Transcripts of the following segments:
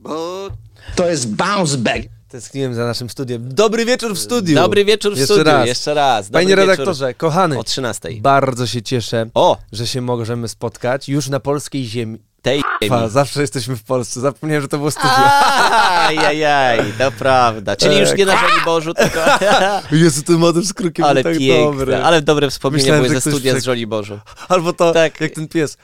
Bo To jest bounce back. Tęskniłem za naszym studiem. Dobry wieczór w studiu. Dobry wieczór w studiu. Jeszcze raz. Panie Dobry redaktorze, kochany. O 13:00. Bardzo się cieszę, O! że się możemy spotkać już na polskiej ziemi. Tej Zawsze jesteśmy w Polsce. Zapomniałem, że to było studio. Ajajaj, to prawda. Czyli już nie na Żoliborzu, tylko... Jezu, ten motyw z krukiem Ale był tak piękne, dobry. ale dobre wspomnienia Myślałem, były że ze ktoś studia z Żoliborzu. Albo to, Tak. jak ten pies.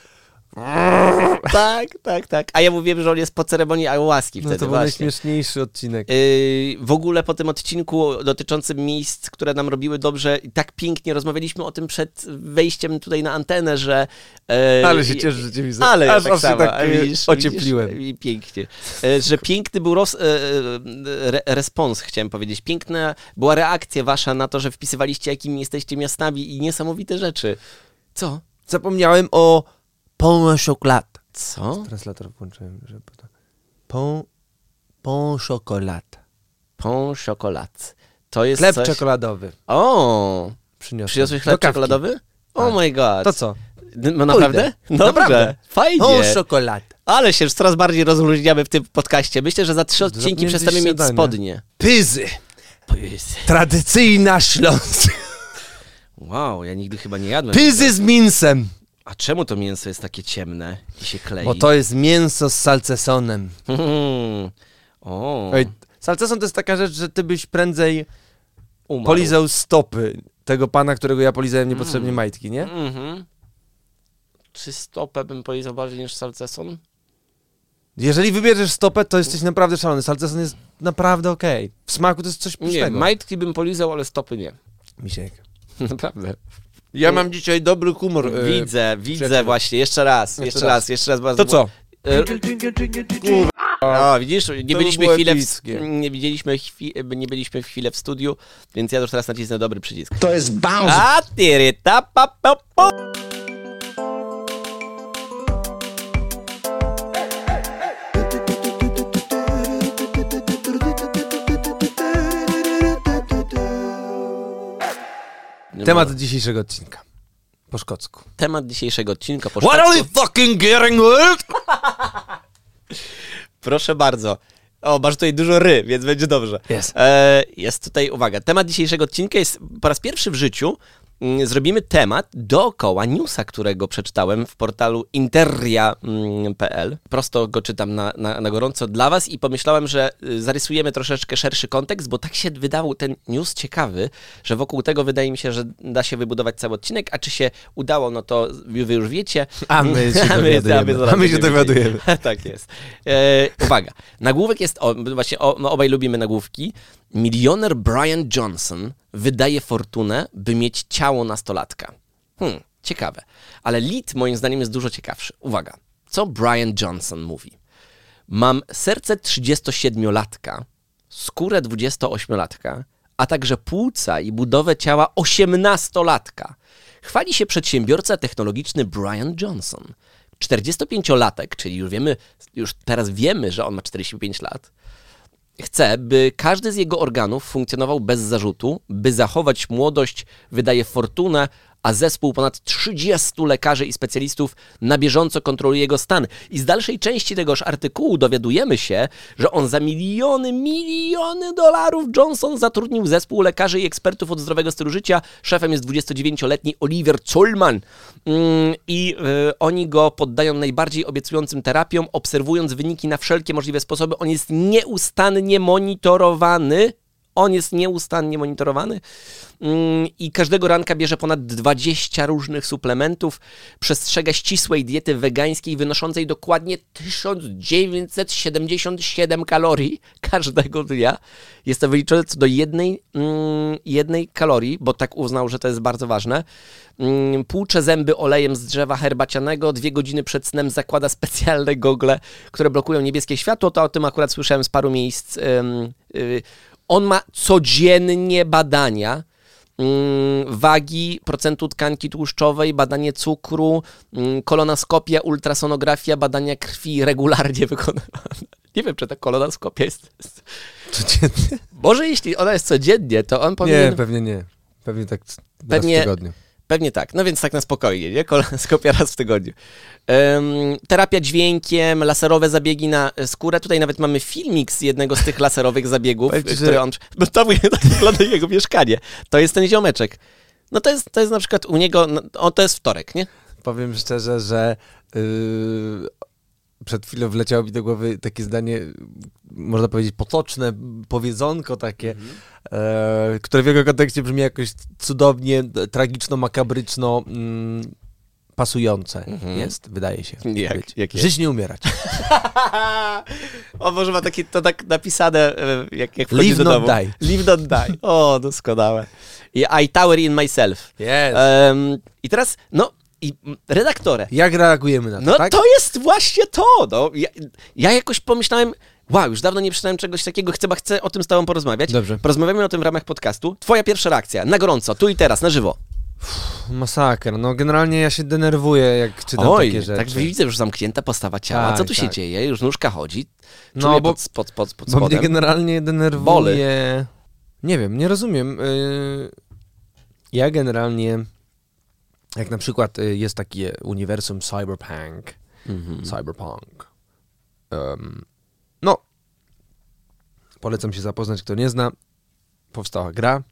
Tak. A ja mówiłem, że on jest po ceremonii ayahuaski No wtedy to był właśnie. najśmieszniejszy odcinek. W ogóle po tym odcinku dotyczącym miejsc, które nam robiły dobrze, i tak pięknie rozmawialiśmy o tym przed wejściem tutaj na antenę, że... Ale się cieszę, że cię widzę. Ale ja Aż tak się samo, tak widzisz, ociepliłem. I pięknie. Że piękny był respons, chciałem powiedzieć. Piękna była reakcja wasza na to, że wpisywaliście, jakimi jesteście miastami i niesamowite rzeczy. Co? Zapomniałem o pain au chocolat. Co? Translator włączyłem, żeby to... Pain chocolat. Pain chocolat. To jest Chleb coś... czekoladowy. O! Przyniosłem. Przyniosłeś Do chleb kawki. czekoladowy? Oh Tak. my god. To co? No naprawdę? Dobrze. Naprawdę. Fajnie. Pain chocolat. Ale się już coraz bardziej rozluźniamy w tym podcaście. Myślę, że za 3 odcinki Między przestaniemy mieć śniadania. spodnie. Pyzy. Tradycyjna śląska. Wow, ja nigdy chyba nie jadłem. Pyzy z mięsem. A czemu to mięso jest takie ciemne i się klei? Bo to jest mięso z salcesonem. O, Ej, salceson to jest taka rzecz, że ty byś prędzej umarł. polizał stopy tego pana, którego ja polizałem niepotrzebnie majtki, nie? Mhm. Czy stopę bym polizał bardziej niż salceson? Jeżeli wybierzesz stopę, to jesteś naprawdę szalony. Salceson jest naprawdę okej. W smaku to jest coś Nie, pysznego. majtki bym polizał, ale stopy nie. Misiek. Naprawdę. Ja mam dzisiaj dobry humor. Widzę przyjacielu. właśnie. Jeszcze raz bardzo. To co? No, widzisz, nie byliśmy było chwilę epickie. nie byliśmy chwilę w studiu, więc ja już teraz nacisnę dobry przycisk. To jest bounce. A tyryta pa pa po. Temat dzisiejszego odcinka. Po szkocku. Temat dzisiejszego odcinka po What are szwedzku. you fucking getting with? Proszę bardzo. O, masz tutaj dużo więc będzie dobrze. Jest. Jest tutaj, uwaga, temat dzisiejszego odcinka jest po raz pierwszy w życiu. Zrobimy temat dookoła newsa, którego przeczytałem w portalu interia.pl. Prosto go czytam na gorąco dla was i pomyślałem, że zarysujemy troszeczkę szerszy kontekst, bo tak się wydawał ten news ciekawy, że wokół tego wydaje mi się, że da się wybudować cały odcinek, a czy się udało, no to wy już wiecie. A my się dowiadujemy. Tak jest. Uwaga, nagłówek jest, właśnie obaj lubimy nagłówki. Milioner Brian Johnson wydaje fortunę, by mieć ciało nastolatka. Ciekawe. Ale lead moim zdaniem jest dużo ciekawszy. Uwaga, co Brian Johnson mówi? Mam serce 37-latka, skórę 28-latka, a także płuca i budowę ciała 18-latka. Chwali się przedsiębiorca technologiczny Brian Johnson. 45-latek, czyli już teraz wiemy, że on ma 45 lat. Chce, by każdy z jego organów funkcjonował bez zarzutu, by zachować młodość, wydaje fortunę, a zespół ponad 30 lekarzy i specjalistów na bieżąco kontroluje jego stan. I z dalszej części tegoż artykułu dowiadujemy się, że on za miliony dolarów Johnson zatrudnił zespół lekarzy i ekspertów od zdrowego stylu życia. Szefem jest 29-letni Oliver Zollman. Oni go poddają najbardziej obiecującym terapiom, obserwując wyniki na wszelkie możliwe sposoby. On jest nieustannie monitorowany. I każdego ranka bierze ponad 20 różnych suplementów, przestrzega ścisłej diety wegańskiej wynoszącej dokładnie 1977 kalorii każdego dnia. Jest to wyliczone co do jednej kalorii, bo tak uznał, że to jest bardzo ważne. Płucze zęby olejem z drzewa herbacianego, 2 godziny przed snem zakłada specjalne gogle, które blokują niebieskie światło. To o tym akurat słyszałem z paru miejsc. On ma codziennie badania wagi, procentu tkanki tłuszczowej, badanie cukru, kolonoskopia, ultrasonografia, badania krwi regularnie wykonywane. Nie wiem, czy ta kolonoskopia jest... Codziennie? Może jeśli ona jest codziennie, to on powinien... Nie, pewnie nie. Pewnie tak raz Pewnie- w tygodniu. Pewnie tak. No więc tak na spokojnie, nie? Kolonoskopia raz w tygodniu. Terapia dźwiękiem, laserowe zabiegi na skórę. Tutaj nawet mamy filmik z jednego z tych laserowych zabiegów, który on... Bo to tak wygląda jego mieszkanie. To jest ten ziomeczek. No to jest na przykład u niego... to jest wtorek, nie? Powiem szczerze, że przed chwilą wleciało mi do głowy takie zdanie, można powiedzieć potoczne, powiedzonko takie, które w jego kontekście brzmi jakoś cudownie, tragiczno-makabryczno pasujące jest, wydaje się. Jak Żyć, nie umierać. O, może ma takie, to tak napisane, jak wchodzi Live do not domu. die. Live not die. O, doskonałe. I tower in myself. Yes. I teraz, i redaktorze. Jak reagujemy na to, No tak? to jest właśnie to. No. Ja jakoś pomyślałem, wow, już dawno nie przeczytałem czegoś takiego, chcę o tym z tobą porozmawiać. Dobrze. Porozmawiamy o tym w ramach podcastu. Twoja pierwsza reakcja, na gorąco, tu i teraz, na żywo. Masakra. No generalnie ja się denerwuję, jak czytam takie rzeczy. Tak widzę, już zamknięta postawa ciała. Tak, Co tu się tak. dzieje? Już nóżka chodzi. No, Czuję bo- pod Bo spodem. mnie generalnie denerwuje... Boli. Nie wiem, nie rozumiem. Ja generalnie, jak na przykład jest takie uniwersum cyberpunk, no, polecam się zapoznać, kto nie zna. Powstała gra,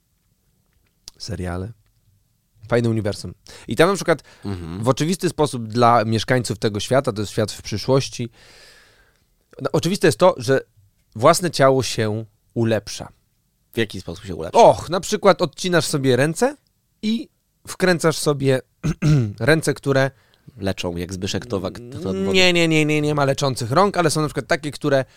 seriale, fajne uniwersum. I tam na przykład w oczywisty sposób dla mieszkańców tego świata, to jest świat w przyszłości, no, oczywiste jest to, że własne ciało się ulepsza. W jaki sposób się ulepsza? Na przykład odcinasz sobie ręce i wkręcasz sobie ręce, które... Leczą, jak Zbyszek Nowak. Nie ma leczących rąk, ale są na przykład takie, które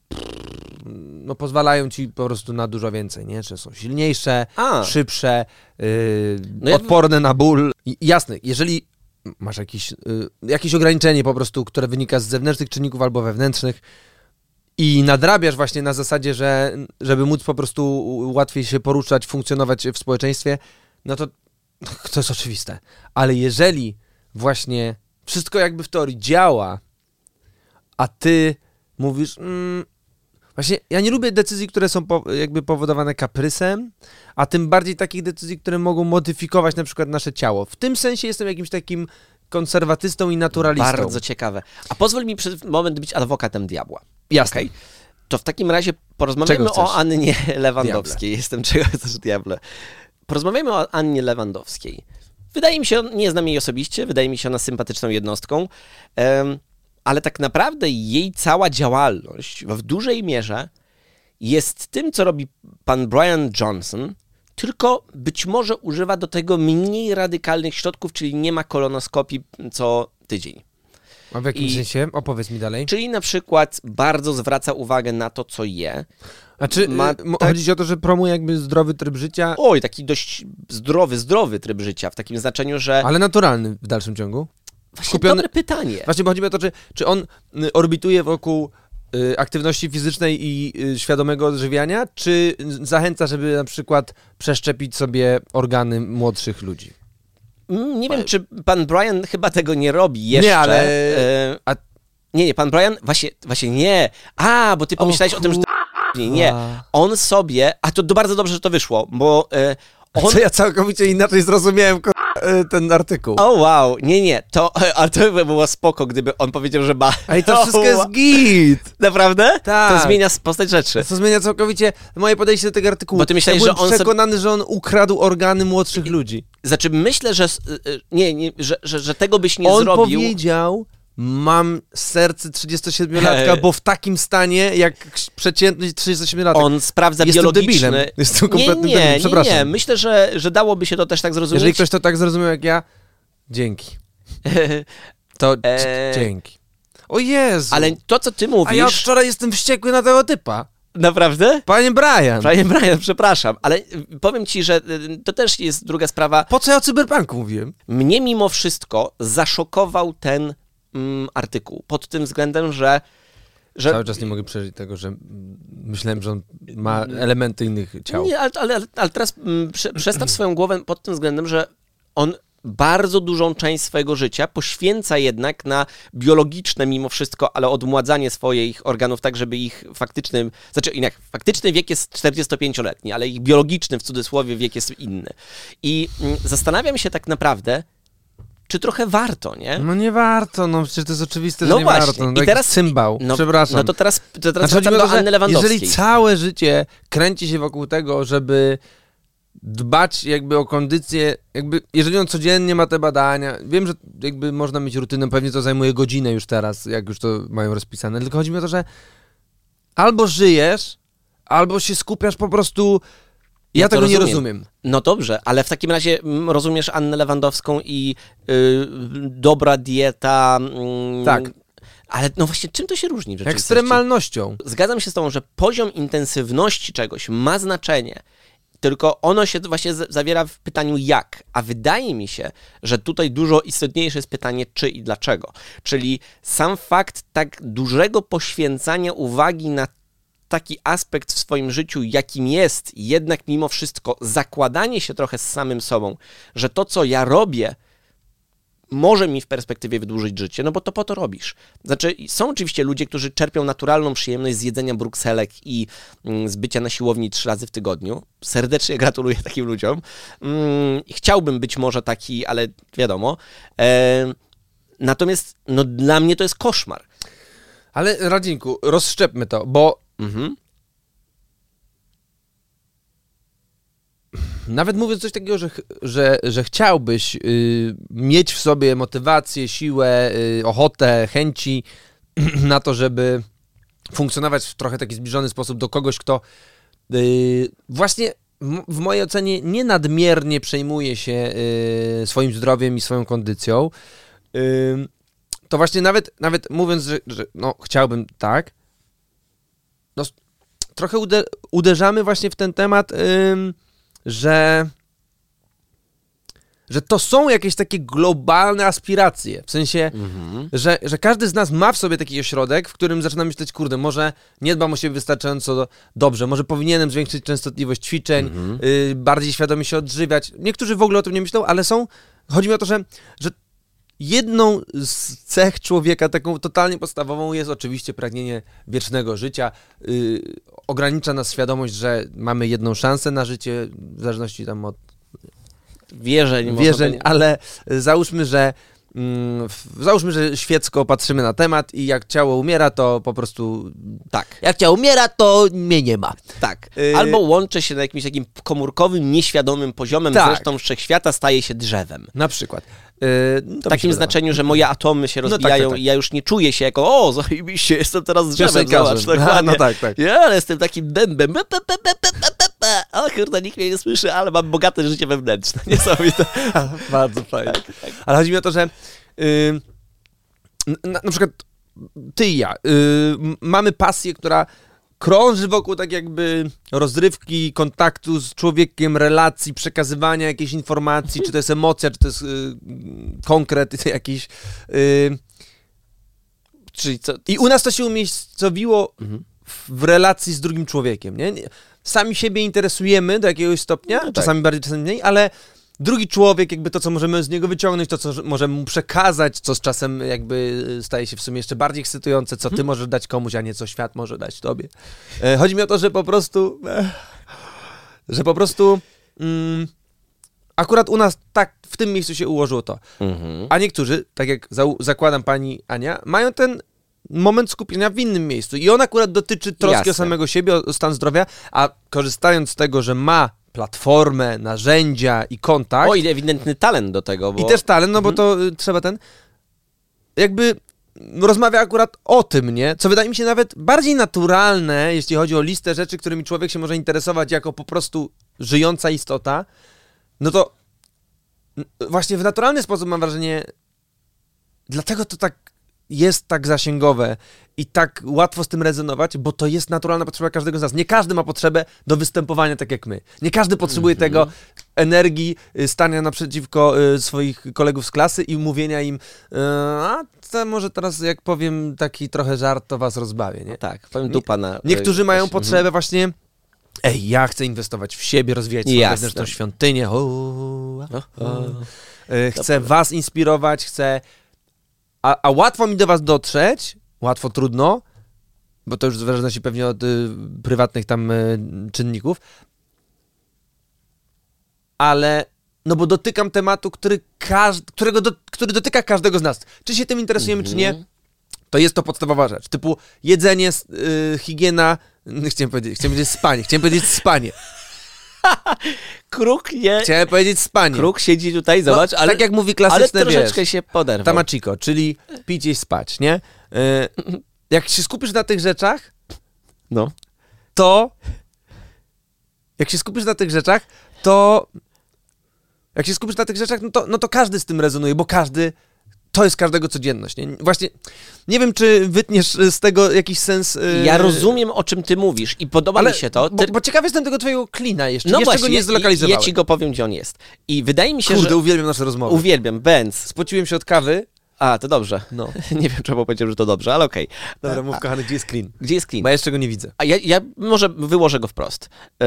no, pozwalają ci po prostu na dużo więcej, nie? Że są silniejsze, szybsze, odporne na ból. Jasne, jeżeli masz jakieś ograniczenie po prostu, które wynika z zewnętrznych czynników albo wewnętrznych i nadrabiasz właśnie na zasadzie, żeby móc po prostu łatwiej się poruszać, funkcjonować w społeczeństwie, no to jest oczywiste. Ale jeżeli właśnie wszystko jakby w teorii działa, a ty mówisz... Właśnie ja nie lubię decyzji, które są jakby powodowane kaprysem, a tym bardziej takich decyzji, które mogą modyfikować na przykład nasze ciało. W tym sensie jestem jakimś takim konserwatystą i naturalistą. Bardzo ciekawe. A pozwól mi przez moment być adwokatem diabła. Jasne. Okay? To w takim razie porozmawiamy o Annie Lewandowskiej. Diable. Jestem czego chcesz, diable. Porozmawiamy o Annie Lewandowskiej. Wydaje mi się, nie znam jej osobiście, wydaje mi się ona sympatyczną jednostką, ale tak naprawdę jej cała działalność w dużej mierze jest tym, co robi pan Brian Johnson, tylko być może używa do tego mniej radykalnych środków, czyli nie ma kolonoskopii co tydzień. A w jakim sensie? Opowiedz mi dalej. Czyli na przykład bardzo zwraca uwagę na to, co je. A czy chodzi ci o to, że promuje jakby zdrowy tryb życia? Oj, taki dość zdrowy tryb życia, w takim znaczeniu, że... Ale naturalny w dalszym ciągu? Właśnie dobre pytanie. Właśnie chodzi mi o to, czy on orbituje wokół aktywności fizycznej i świadomego odżywiania, czy zachęca, żeby na przykład przeszczepić sobie organy młodszych ludzi? Nie wiem, czy pan Brian chyba tego nie robi jeszcze. Nie, ale... Nie, pan Brian, właśnie nie. Bo ty pomyślałeś o tym, że to... Nie, on sobie... A to bardzo dobrze, że to wyszło, bo on... Co ja całkowicie inaczej zrozumiałem ten artykuł. O wow, nie, ale to by było spoko, gdyby on powiedział, że ma... Ej, to wszystko jest git! Naprawdę? Tak. To zmienia postać rzeczy. To zmienia całkowicie moje podejście do tego artykułu. Bo ty myślałeś, ja byłem że on przekonany, że on ukradł organy młodszych ludzi. Znaczy, myślę, że... że tego byś nie on zrobił. On powiedział... Mam serce 37-latka, bo w takim stanie, jak przeciętny 37-latek. On sprawdza Jestem biologiczny... Debilem. Jestem kompletnym debilem, przepraszam. Nie, myślę, że dałoby się to też tak zrozumieć. Jeżeli ktoś to tak zrozumiał jak ja, dzięki. To dzięki. O Jezu! Ale to, co ty mówisz... A ja od wczoraj jestem wściekły na tego typa. Naprawdę? Panie Brian, przepraszam, ale powiem ci, że to też jest druga sprawa. Po co ja o cyberpunku mówiłem? Mnie mimo wszystko zaszokował ten artykuł, pod tym względem, że... Cały czas nie mogę przeżyć tego, że myślałem, że on ma elementy innych ciał. Nie, ale teraz przestaw swoją głowę pod tym względem, że on bardzo dużą część swojego życia poświęca jednak na biologiczne mimo wszystko, ale odmładzanie swoich organów tak, żeby ich faktyczny wiek jest 45-letni, ale ich biologiczny, w cudzysłowie, wiek jest inny. I zastanawiam się tak naprawdę, czy trochę warto, nie? No nie warto, no przecież to jest oczywiste, że No nie właśnie. warto. I teraz cymbał, przepraszam. No to teraz znaczy, wracam do Anny Lewandowskiej. Jeżeli całe życie kręci się wokół tego, żeby dbać jakby o kondycję, jakby jeżeli on codziennie ma te badania, wiem, że jakby można mieć rutynę, pewnie to zajmuje godzinę już teraz, jak już to mają rozpisane, tylko chodzi mi o to, że albo żyjesz, albo się skupiasz po prostu. Ja tego nie rozumiem. No dobrze, ale w takim razie rozumiesz Annę Lewandowską i dobra dieta. Tak. Ale no właśnie, czym to się różni w rzeczywistości? Ekstremalnością. Zgadzam się z tobą, że poziom intensywności czegoś ma znaczenie, tylko ono się właśnie zawiera w pytaniu jak. A wydaje mi się, że tutaj dużo istotniejsze jest pytanie czy i dlaczego. Czyli sam fakt tak dużego poświęcania uwagi na taki aspekt w swoim życiu, jakim jest jednak mimo wszystko zakładanie się trochę z samym sobą, że to, co ja robię, może mi w perspektywie wydłużyć życie, no bo to po to robisz. Znaczy, są oczywiście ludzie, którzy czerpią naturalną przyjemność z jedzenia brukselek i z bycia na siłowni 3 razy w tygodniu. Serdecznie gratuluję takim ludziom. Chciałbym być może taki, ale wiadomo. Natomiast no, dla mnie to jest koszmar. Ale Radzinku, rozszczepmy to, bo nawet mówiąc coś takiego, że chciałbyś mieć w sobie motywację, siłę, ochotę, chęci na to, żeby funkcjonować w trochę taki zbliżony sposób do kogoś, kto właśnie w mojej ocenie nie nadmiernie przejmuje się swoim zdrowiem i swoją kondycją, to właśnie nawet mówiąc, że no chciałbym tak, no trochę uderzamy właśnie w ten temat, że to są jakieś takie globalne aspiracje, w sensie, że każdy z nas ma w sobie taki ośrodek, w którym zaczyna myśleć, kurde, może nie dbam o siebie wystarczająco dobrze, może powinienem zwiększyć częstotliwość ćwiczeń, bardziej świadomie się odżywiać. Niektórzy w ogóle o tym nie myślą, ale chodzi mi o to, że jedną z cech człowieka, taką totalnie podstawową, jest oczywiście pragnienie wiecznego życia. Ogranicza nas świadomość, że mamy jedną szansę na życie, w zależności tam od wierzeń, ale załóżmy, że świecko patrzymy na temat i jak ciało umiera, to po prostu tak. Jak ciało umiera, to mnie nie ma. Tak. Albo łączy się na jakimś takim komórkowym, nieświadomym poziomem, tak. Zresztą wszechświata staje się drzewem. Na przykład. W takim znaczeniu, że moje atomy się rozwijają tak. I ja już nie czuję się jako, o, zajebiście, jestem teraz drzewem, zobacz, dokładnie. Tak. Ja, ale jestem takim dębem. O kurde, nikt mnie nie słyszy, ale mam bogate życie wewnętrzne. Niesamowite. Bardzo fajnie. Tak. Ale chodzi mi o to, że na przykład ty i ja mamy pasję, która krąży wokół tak jakby rozrywki, kontaktu z człowiekiem, relacji, przekazywania jakiejś informacji, czy to jest emocja, czy to jest konkret jakiś. Czyli co? I u nas to się umiejscowiło w relacji z drugim człowiekiem, nie? Sami siebie interesujemy do jakiegoś stopnia, no czasami bardziej, czasami mniej, ale drugi człowiek, jakby to, co możemy z niego wyciągnąć, to, co możemy mu przekazać, co z czasem jakby staje się w sumie jeszcze bardziej ekscytujące, co ty możesz dać komuś, a nie co świat może dać tobie. Chodzi mi o to, że po prostu akurat u nas tak w tym miejscu się ułożyło to. A niektórzy, tak jak zakładam pani Ania, mają ten moment skupienia w innym miejscu i on akurat dotyczy troski o samego siebie, o stan zdrowia, a korzystając z tego, że ma platformę, narzędzia i kontakt. O, i ewidentny talent do tego. Bo... I też talent, no bo to trzeba jakby rozmawia akurat o tym, nie? Co wydaje mi się nawet bardziej naturalne, jeśli chodzi o listę rzeczy, którymi człowiek się może interesować jako po prostu żyjąca istota, no to właśnie w naturalny sposób mam wrażenie, dlatego to tak jest tak zasięgowe i tak łatwo z tym rezonować, bo to jest naturalna potrzeba każdego z nas. Nie każdy ma potrzebę do występowania tak jak my. Nie każdy potrzebuje tego energii, stania naprzeciwko swoich kolegów z klasy i mówienia im a to może teraz jak powiem taki trochę żart, to was rozbawię, nie? Tak, powiem dupa na... Niektórzy mają potrzebę właśnie ja chcę inwestować w siebie, rozwijać swoją wewnętrzną świątynię. Chcę was inspirować, a łatwo mi do was dotrzeć, łatwo, trudno, bo to już w zależności pewnie od prywatnych tam czynników, ale no bo dotykam tematu, który dotyka każdego z nas. Czy się tym interesujemy, czy nie, to jest to podstawowa rzecz. Typu jedzenie, higiena, chciałem powiedzieć spanie. Kruk nie... Chciałem powiedzieć spanie. Kruk siedzi tutaj, zobacz, no, ale... Tak jak mówi klasyczne, ale troszeczkę się poderwał. Tamachiko, czyli pić i spać, nie? Jak się skupisz na tych rzeczach, no to każdy z tym rezonuje, bo to jest każdego codzienność. Nie? Właśnie nie wiem, czy wytniesz z tego jakiś sens... Ja rozumiem, o czym ty mówisz i podoba mi się to. Bo ciekaw jestem tego twojego klina jeszcze. No jeszcze go nie zlokalizowałem. Ja ci go powiem, gdzie on jest. I wydaje mi się, że... uwielbiam nasze rozmowy. Uwielbiam, Benz. Spociłem się od kawy. A, to dobrze. No. Nie wiem, czemu powiedział, że to dobrze, ale okej. Dobra, mów kochany, gdzie jest clean? Gdzie jest clean? Bo ja jeszcze go nie widzę. A ja może wyłożę go wprost.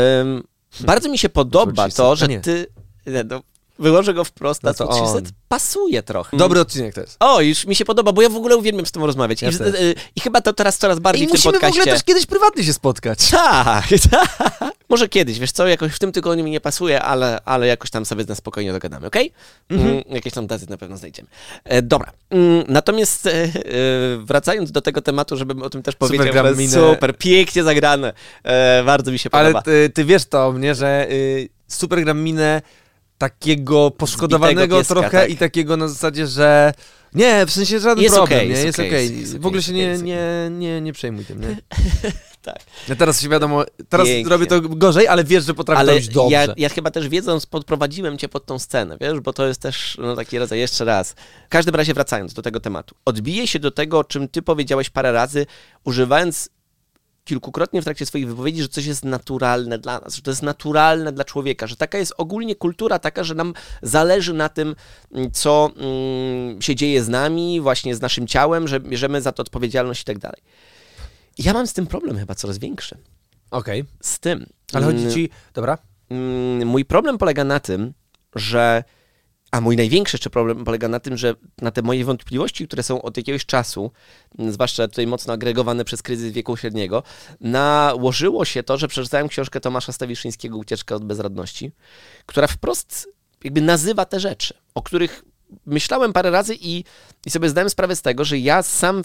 Bardzo mi się podoba to, że ty... Wyłożę go wprost, na co 300 pasuje trochę. Dobry odcinek to jest. O, już mi się podoba, bo ja w ogóle uwielbiam z tym rozmawiać. I chyba to teraz coraz bardziej w tym podcaście. Musimy w ogóle też kiedyś prywatnie się spotkać. Tak. Może kiedyś, wiesz co, jakoś w tym tygodniu mi nie pasuje, ale jakoś tam sobie na spokojnie dogadamy, okej? Jakieś tam daty na pewno znajdziemy. Dobra. Natomiast wracając do tego tematu, żebym o tym też powiedział. Super, pięknie zagrane. Bardzo mi się podoba. Ale ty wiesz to o mnie, że super gram minę takiego poszkodowanego pieska, trochę tak. I takiego na zasadzie, że nie, w sensie żaden jest problem, okay, nie? Jest okej. W ogóle się nie przejmuj tym, nie? Tak. Ja teraz się wiadomo, robię to gorzej, ale wiesz, że potrafię to robić dobrze. Ja chyba też wiedząc, podprowadziłem cię pod tą scenę, wiesz, bo to jest też taki rodzaj, jeszcze raz. W każdym razie wracając do tego tematu. Odbiję się do tego, o czym ty powiedziałeś parę razy, używając kilkukrotnie w trakcie swoich wypowiedzi, że coś jest naturalne dla nas, że to jest naturalne dla człowieka, że taka jest ogólnie kultura taka, że nam zależy na tym, co się dzieje z nami, właśnie z naszym ciałem, że bierzemy za to odpowiedzialność i tak dalej. Ja mam z tym problem chyba coraz większy. Okej. Z tym. Ale chodzi ci... Dobra. Mój problem polega na tym, że... A mój największy jeszcze problem polega na tym, że na te moje wątpliwości, które są od jakiegoś czasu, zwłaszcza tutaj mocno agregowane przez kryzys wieku średniego, nałożyło się to, że przeczytałem książkę Tomasza Stawiszyńskiego „Ucieczka od bezradności”, która wprost jakby nazywa te rzeczy, o których myślałem parę razy i sobie zdałem sprawę z tego, że ja sam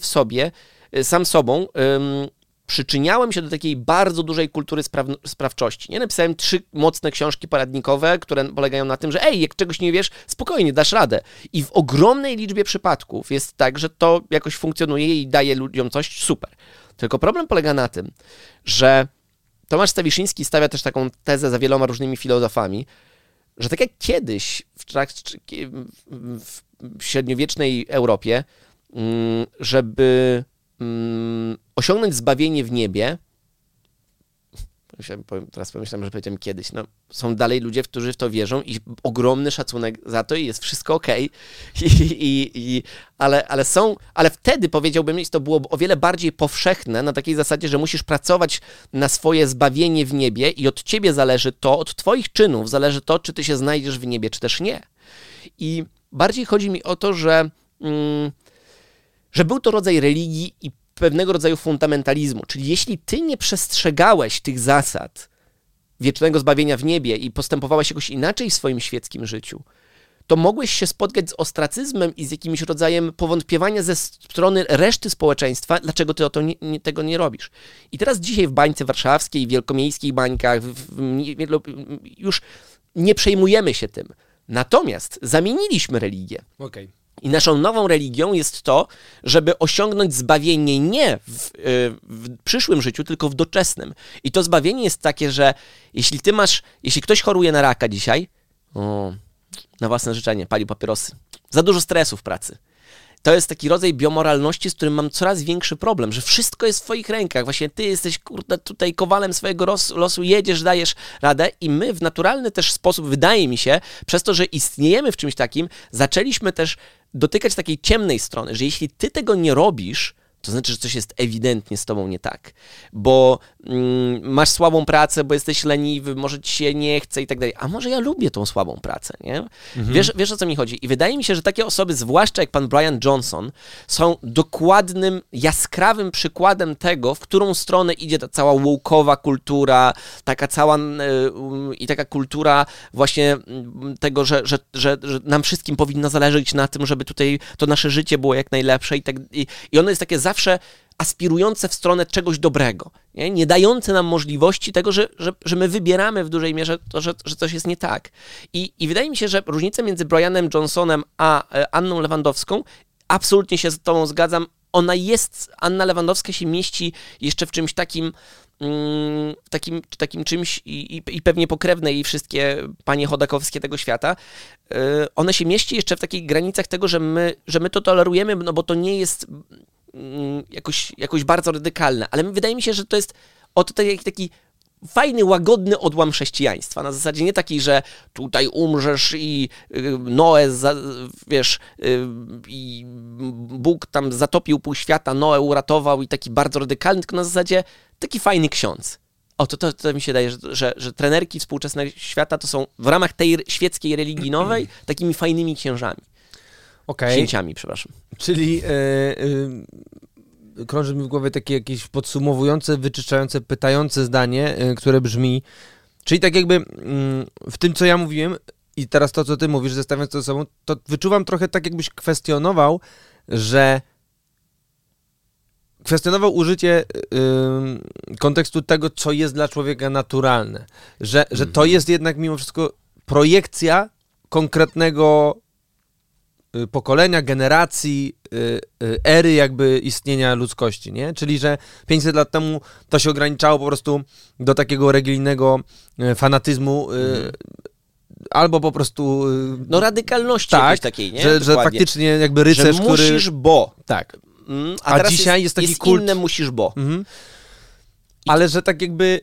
sobą przyczyniałem się do takiej bardzo dużej kultury sprawczości. Nie? Napisałem 3 mocne książki poradnikowe, które polegają na tym, że jak czegoś nie wiesz, spokojnie, dasz radę. I w ogromnej liczbie przypadków jest tak, że to jakoś funkcjonuje i daje ludziom coś super. Tylko problem polega na tym, że Tomasz Stawiszyński stawia też taką tezę za wieloma różnymi filozofami, że tak jak kiedyś w średniowiecznej Europie, żeby osiągnąć zbawienie w niebie, teraz pomyślałem, że powiedziałem kiedyś, są dalej ludzie, którzy w to wierzą i ogromny szacunek za to i jest wszystko okej. Ale wtedy powiedziałbym, że to było o wiele bardziej powszechne na takiej zasadzie, że musisz pracować na swoje zbawienie w niebie i od ciebie zależy to, od twoich czynów zależy to, czy ty się znajdziesz w niebie, czy też nie. I bardziej chodzi mi o to, że był to rodzaj religii i pewnego rodzaju fundamentalizmu. Czyli jeśli ty nie przestrzegałeś tych zasad wiecznego zbawienia w niebie i postępowałeś jakoś inaczej w swoim świeckim życiu, to mogłeś się spotkać z ostracyzmem i z jakimś rodzajem powątpiewania ze strony reszty społeczeństwa, dlaczego ty tego nie robisz. I teraz dzisiaj w bańce warszawskiej, w wielkomiejskich bańkach, już nie przejmujemy się tym. Natomiast zamieniliśmy religię. Okej. I naszą nową religią jest to, żeby osiągnąć zbawienie nie w przyszłym życiu, tylko w doczesnym. I to zbawienie jest takie, że jeśli ktoś choruje na raka dzisiaj, na własne życzenie, pali papierosy, za dużo stresu w pracy. To jest taki rodzaj biomoralności, z którym mam coraz większy problem, że wszystko jest w twoich rękach. Właśnie ty jesteś, tutaj kowalem swojego losu, jedziesz, dajesz radę i my w naturalny też sposób, wydaje mi się, przez to, że istniejemy w czymś takim, zaczęliśmy też dotykać takiej ciemnej strony, że jeśli ty tego nie robisz, to znaczy, że coś jest ewidentnie z tobą nie tak. Bo masz słabą pracę, bo jesteś leniwy, może ci się nie chce i tak dalej. A może ja lubię tą słabą pracę, nie? Wiesz, o co mi chodzi? I wydaje mi się, że takie osoby, zwłaszcza jak pan Brian Johnson, są dokładnym, jaskrawym przykładem tego, w którą stronę idzie ta cała woke'owa kultura, taka cała i taka kultura właśnie tego, że nam wszystkim powinno zależeć na tym, żeby tutaj to nasze życie było jak najlepsze i ono jest takie zawsze aspirujące w stronę czegoś dobrego, nie dające nam możliwości tego, że my wybieramy w dużej mierze to, że coś jest nie tak. I wydaje mi się, że różnica między Brianem Johnsonem a Anną Lewandowską, absolutnie się z tobą zgadzam, Anna Lewandowska się mieści jeszcze w czymś takim, takim czymś i pewnie pokrewne jej wszystkie panie chodakowskie tego świata, one się mieści jeszcze w takich granicach tego, że my to tolerujemy, no bo to nie jest jakoś bardzo radykalne, ale wydaje mi się, że to jest taki fajny, łagodny odłam chrześcijaństwa. Na zasadzie nie taki, że tutaj umrzesz i Noe, wiesz, i Bóg tam zatopił pół świata, Noe uratował i taki bardzo radykalny, tylko na zasadzie taki fajny ksiądz. To mi się daje, że trenerki współczesnego świata to są w ramach tej świeckiej religii nowej takimi fajnymi księżami. Księciami, przepraszam. Czyli krąży mi w głowie takie jakieś podsumowujące, wyczyszczające, pytające zdanie, które brzmi, czyli tak jakby w tym, co ja mówiłem i teraz to, co ty mówisz, zestawiając to ze sobą, to wyczuwam trochę tak, jakbyś kwestionował użycie kontekstu tego, co jest dla człowieka naturalne. Że to jest jednak mimo wszystko projekcja konkretnego pokolenia, generacji, ery jakby istnienia ludzkości, nie? Czyli, że 500 lat temu to się ograniczało po prostu do takiego religijnego fanatyzmu, albo po prostu... No radykalności jakiejś takiej, nie? Że faktycznie jakby rycerz, że musisz, bo. Tak. A teraz dzisiaj jest taki kult... inne musisz, bo. Ale że tak jakby...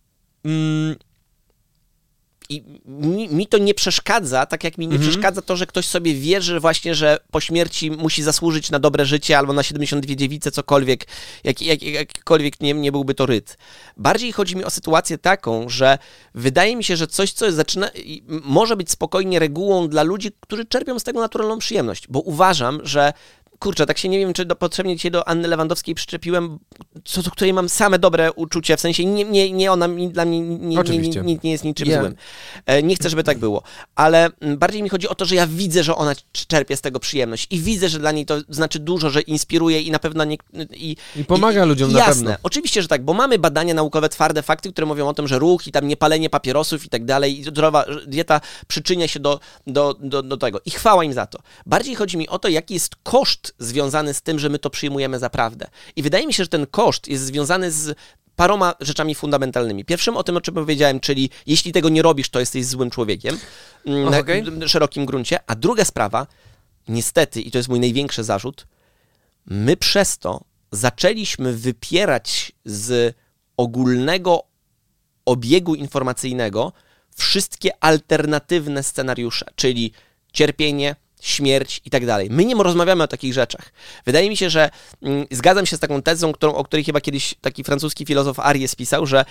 I mi to nie przeszkadza, tak jak mi nie przeszkadza to, że ktoś sobie wierzy właśnie, że po śmierci musi zasłużyć na dobre życie albo na 72 dziewice, cokolwiek, jakikolwiek nie byłby to ryt. Bardziej chodzi mi o sytuację taką, że wydaje mi się, że coś, co może być spokojnie regułą dla ludzi, którzy czerpią z tego naturalną przyjemność, bo uważam, że kurczę, tak się nie wiem, czy potrzebnie dzisiaj do Anny Lewandowskiej przyczepiłem, co do której mam same dobre uczucia, w sensie nie ona dla mnie nie jest niczym złym. Nie chcę, żeby tak było, ale bardziej mi chodzi o to, że ja widzę, że ona czerpie z tego przyjemność i widzę, że dla niej to znaczy dużo, że inspiruje i na pewno I pomaga ludziom na pewno. Oczywiście, że tak, bo mamy badania naukowe, twarde fakty, które mówią o tym, że ruch i tam niepalenie papierosów i tak dalej, i zdrowa dieta przyczynia się do tego. I chwała im za to. Bardziej chodzi mi o to, jaki jest koszt związany z tym, że my to przyjmujemy za prawdę. I wydaje mi się, że ten koszt jest związany z paroma rzeczami fundamentalnymi. Pierwszym o tym, o czym powiedziałem, czyli jeśli tego nie robisz, to jesteś złym człowiekiem na szerokim gruncie. A druga sprawa, niestety, i to jest mój największy zarzut, my przez to zaczęliśmy wypierać z ogólnego obiegu informacyjnego wszystkie alternatywne scenariusze, czyli cierpienie, śmierć i tak dalej. My nie rozmawiamy o takich rzeczach. Wydaje mi się, że zgadzam się z taką tezą, o której chyba kiedyś taki francuski filozof Ariès pisał, że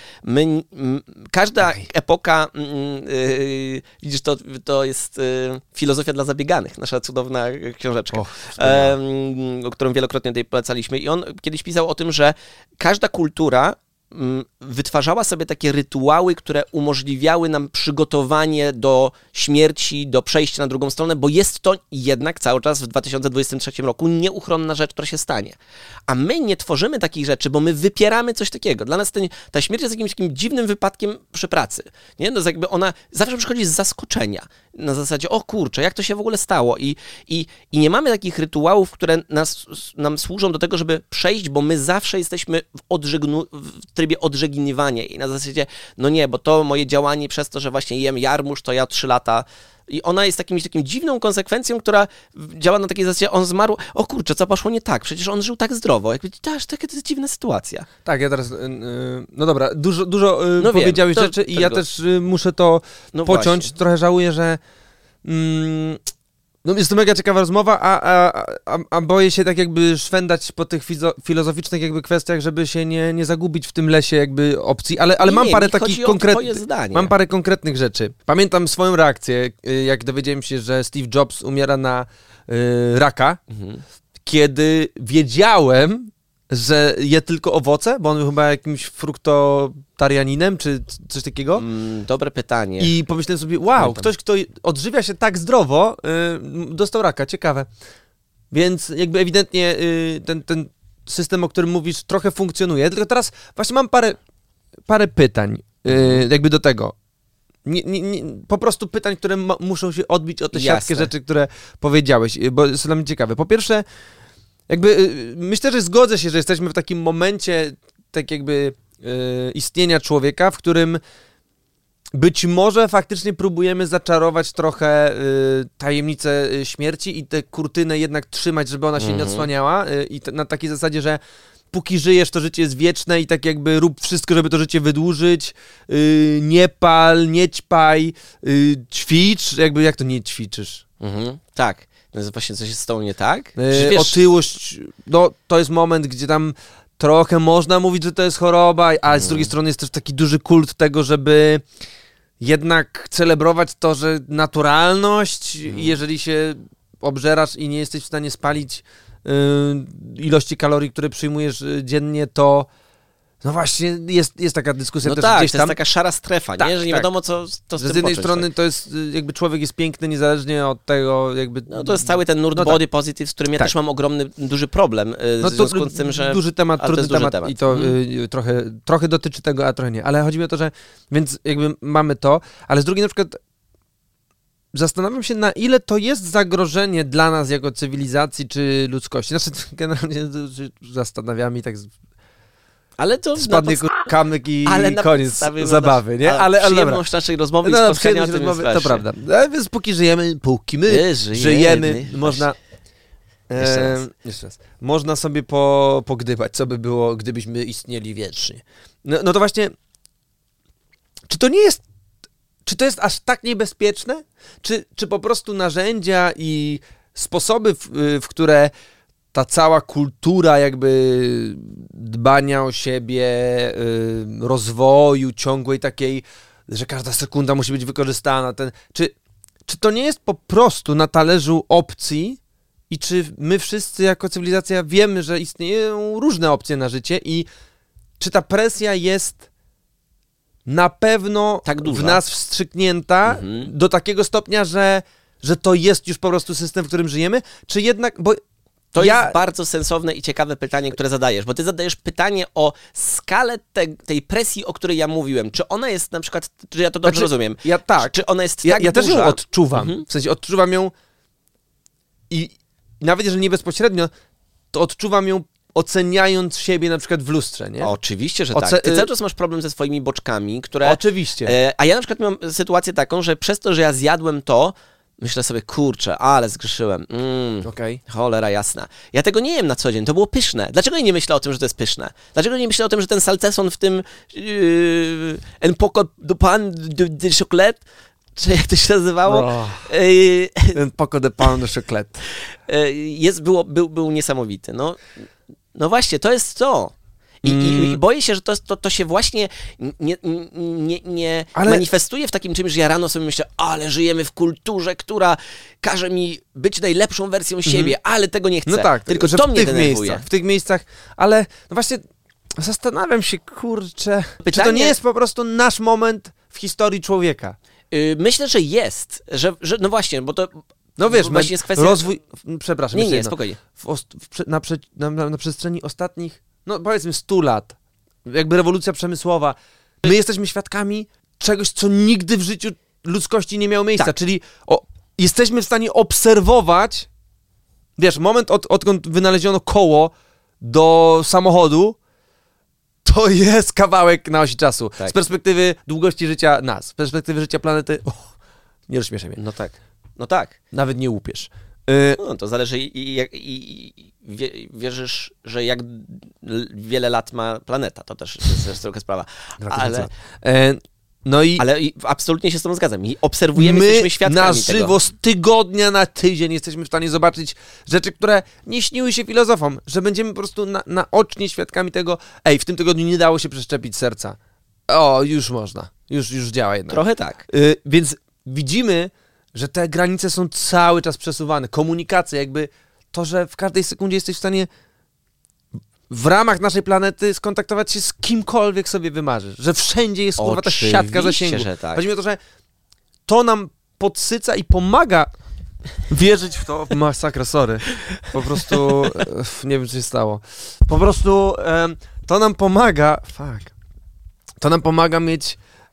każda epoka, widzisz, to jest filozofia dla zabieganych, nasza cudowna książeczka, którą wielokrotnie tutaj polecaliśmy. I on kiedyś pisał o tym, że każda kultura wytwarzała sobie takie rytuały, które umożliwiały nam przygotowanie do śmierci, do przejścia na drugą stronę, bo jest to jednak cały czas w 2023 roku nieuchronna rzecz, która się stanie. A my nie tworzymy takich rzeczy, bo my wypieramy coś takiego. Dla nas ta śmierć jest jakimś takim dziwnym wypadkiem przy pracy. Nie? No, jakby ona zawsze przychodzi z zaskoczenia. Na zasadzie, o kurczę, jak to się w ogóle stało? I nie mamy takich rytuałów, które nam służą do tego, żeby przejść, bo my zawsze jesteśmy w trybie odżegnywania i na zasadzie, no nie, bo to moje działanie przez to, że właśnie jem jarmuż, to ja 3 lata i ona jest taką dziwną konsekwencją, która działa na takiej zasadzie, on zmarł, o kurczę, co poszło nie tak, przecież on żył tak zdrowo, jakby, taka to jest dziwna sytuacja. Tak, ja teraz, no dobra, dużo powiedziałeś rzeczy i ja też muszę to pociąć, właśnie. Trochę żałuję, że No jest to mega ciekawa rozmowa, a boję się tak jakby szwendać po tych filozoficznych jakby kwestiach, żeby się nie zagubić w tym lesie jakby opcji, ale mam parę takich konkretnych... Mam parę konkretnych rzeczy. Pamiętam swoją reakcję, jak dowiedziałem się, że Steve Jobs umiera na raka, kiedy wiedziałem, że je tylko owoce, bo on był chyba jakimś fruktotarianinem, czy coś takiego. Dobre pytanie. I pomyślałem sobie, wow, ktoś, kto odżywia się tak zdrowo, dostał raka, ciekawe. Więc jakby ewidentnie ten system, o którym mówisz, trochę funkcjonuje. Tylko teraz właśnie mam parę pytań jakby do tego. Po prostu pytań, które muszą się odbić o tę siatkę rzeczy, które powiedziałeś, bo jest dla mnie ciekawe. Po pierwsze, jakby myślę, że zgodzę się, że jesteśmy w takim momencie tak jakby istnienia człowieka, w którym być może faktycznie próbujemy zaczarować trochę tajemnicę śmierci i tę kurtynę jednak trzymać, żeby ona się nie odsłaniała i na takiej zasadzie, że póki żyjesz, to życie jest wieczne i tak jakby rób wszystko, żeby to życie wydłużyć, nie pal, nie ćpaj, ćwicz, jakby jak to nie ćwiczysz? Tak. No jest właśnie coś jest z tą nie tak? Otyłość, no to jest moment, gdzie tam trochę można mówić, że to jest choroba, a z drugiej strony jest też taki duży kult tego, żeby jednak celebrować to, że naturalność, jeżeli się obżerasz i nie jesteś w stanie spalić ilości kalorii, które przyjmujesz dziennie, to no właśnie jest taka dyskusja też tak, gdzieś tam. to jest taka szara strefa, nie? Że nie wiadomo, co z tym z jednej strony to jest jakby człowiek jest piękny niezależnie od tego jakby... No to jest cały ten nurt body positive, z którym ja też mam duży problem w związku z tym, że... Duży temat, trudny temat i to trochę dotyczy tego, a trochę nie. Ale chodzi mi o to, że więc jakby mamy to, ale z drugiej na przykład zastanawiam się, na ile to jest zagrożenie dla nas jako cywilizacji czy ludzkości. Znaczy generalnie zastanawiam i tak... Ale to spadnie kamyk i koniec zabawy, nie? Ale przyjemność naszej rozmowy i spotkania rozmowy, to prawda. Więc póki my żyjemy, można... Jeszcze raz. Można sobie pogdybać, co by było, gdybyśmy istnieli wiecznie. No to właśnie, czy to jest aż tak niebezpieczne? Czy po prostu narzędzia i sposoby, w które ta cała kultura jakby dbania o siebie, rozwoju ciągłej takiej, że każda sekunda musi być wykorzystana. Czy to nie jest po prostu na talerzu opcji i czy my wszyscy jako cywilizacja wiemy, że istnieją różne opcje na życie i czy ta presja jest na pewno tak w nas wstrzyknięta do takiego stopnia, że to jest już po prostu system, w którym żyjemy, czy jednak... To jest bardzo sensowne i ciekawe pytanie, które zadajesz, bo ty zadajesz pytanie o skalę tej presji, o której ja mówiłem. Czy ona jest na przykład, czy ja to dobrze rozumiem? Czy ona jest tak ja duża? też ją odczuwam, w sensie odczuwam ją i nawet jeżeli nie bezpośrednio, to odczuwam ją oceniając siebie na przykład w lustrze, nie? Oczywiście, że tak. Ty cały czas masz problem ze swoimi boczkami, które... Oczywiście. A ja na przykład mam sytuację taką, że przez to, że ja zjadłem to, myślę sobie, kurczę, ale zgrzeszyłem. Cholera jasna. Ja tego nie jem na co dzień, to było pyszne. Dlaczego ja nie myślę o tym, że to jest pyszne? Dlaczego nie myślę o tym, że ten salceson w tym un poco de pan de chocolate, czy jak to się nazywało? Un poco de pan de chocolate. Był niesamowity. No właśnie, to jest to. I boję się, że to się właśnie nie manifestuje w takim czymś, że ja rano sobie myślę, ale żyjemy w kulturze, która każe mi być najlepszą wersją siebie, ale tego nie chcę. No tak, tylko że to mnie denerwuje. W tych miejscach, ale no właśnie zastanawiam się, kurczę, czy to nie jest po prostu nasz moment w historii człowieka? Myślę, że jest, że no właśnie, bo to... No wiesz, właśnie jest kwestia... rozwój... Przepraszam. Nie, spokojnie. Na przestrzeni ostatnich, no powiedzmy 100 lat, jakby rewolucja przemysłowa, my jesteśmy świadkami czegoś, co nigdy w życiu ludzkości nie miało miejsca, czyli jesteśmy w stanie obserwować, wiesz, moment odkąd wynaleziono koło do samochodu, to jest kawałek na osi czasu. Tak. Z perspektywy długości życia nas, z perspektywy życia planety, nie rozśmieszaj mnie. No tak. Nawet nie łupiesz. No, to zależy wierzysz, że jak wiele lat ma planeta, to też jest trochę sprawa. Ale... Ale absolutnie się z tobą zgadzam. I obserwujemy, jesteśmy świadkami na żywo, tego. z tygodnia na tydzień jesteśmy w stanie zobaczyć rzeczy, które nie śniły się filozofom, że będziemy po prostu naocznie świadkami tego, w tym tygodniu nie dało się przeszczepić serca. O, już można. Już działa jednak. Trochę tak. Więc widzimy, że te granice są cały czas przesuwane. Komunikacja, jakby to, że w każdej sekundzie jesteś w stanie w ramach naszej planety skontaktować się z kimkolwiek sobie wymarzysz. Że wszędzie jest kurwa ta siatka zasięgu. Że tak. Chodzi mi o to, że to nam podsyca i pomaga wierzyć w to. Masakra, sorry. Po prostu nie wiem, co się stało. Po prostu to nam pomaga. To nam pomaga mieć.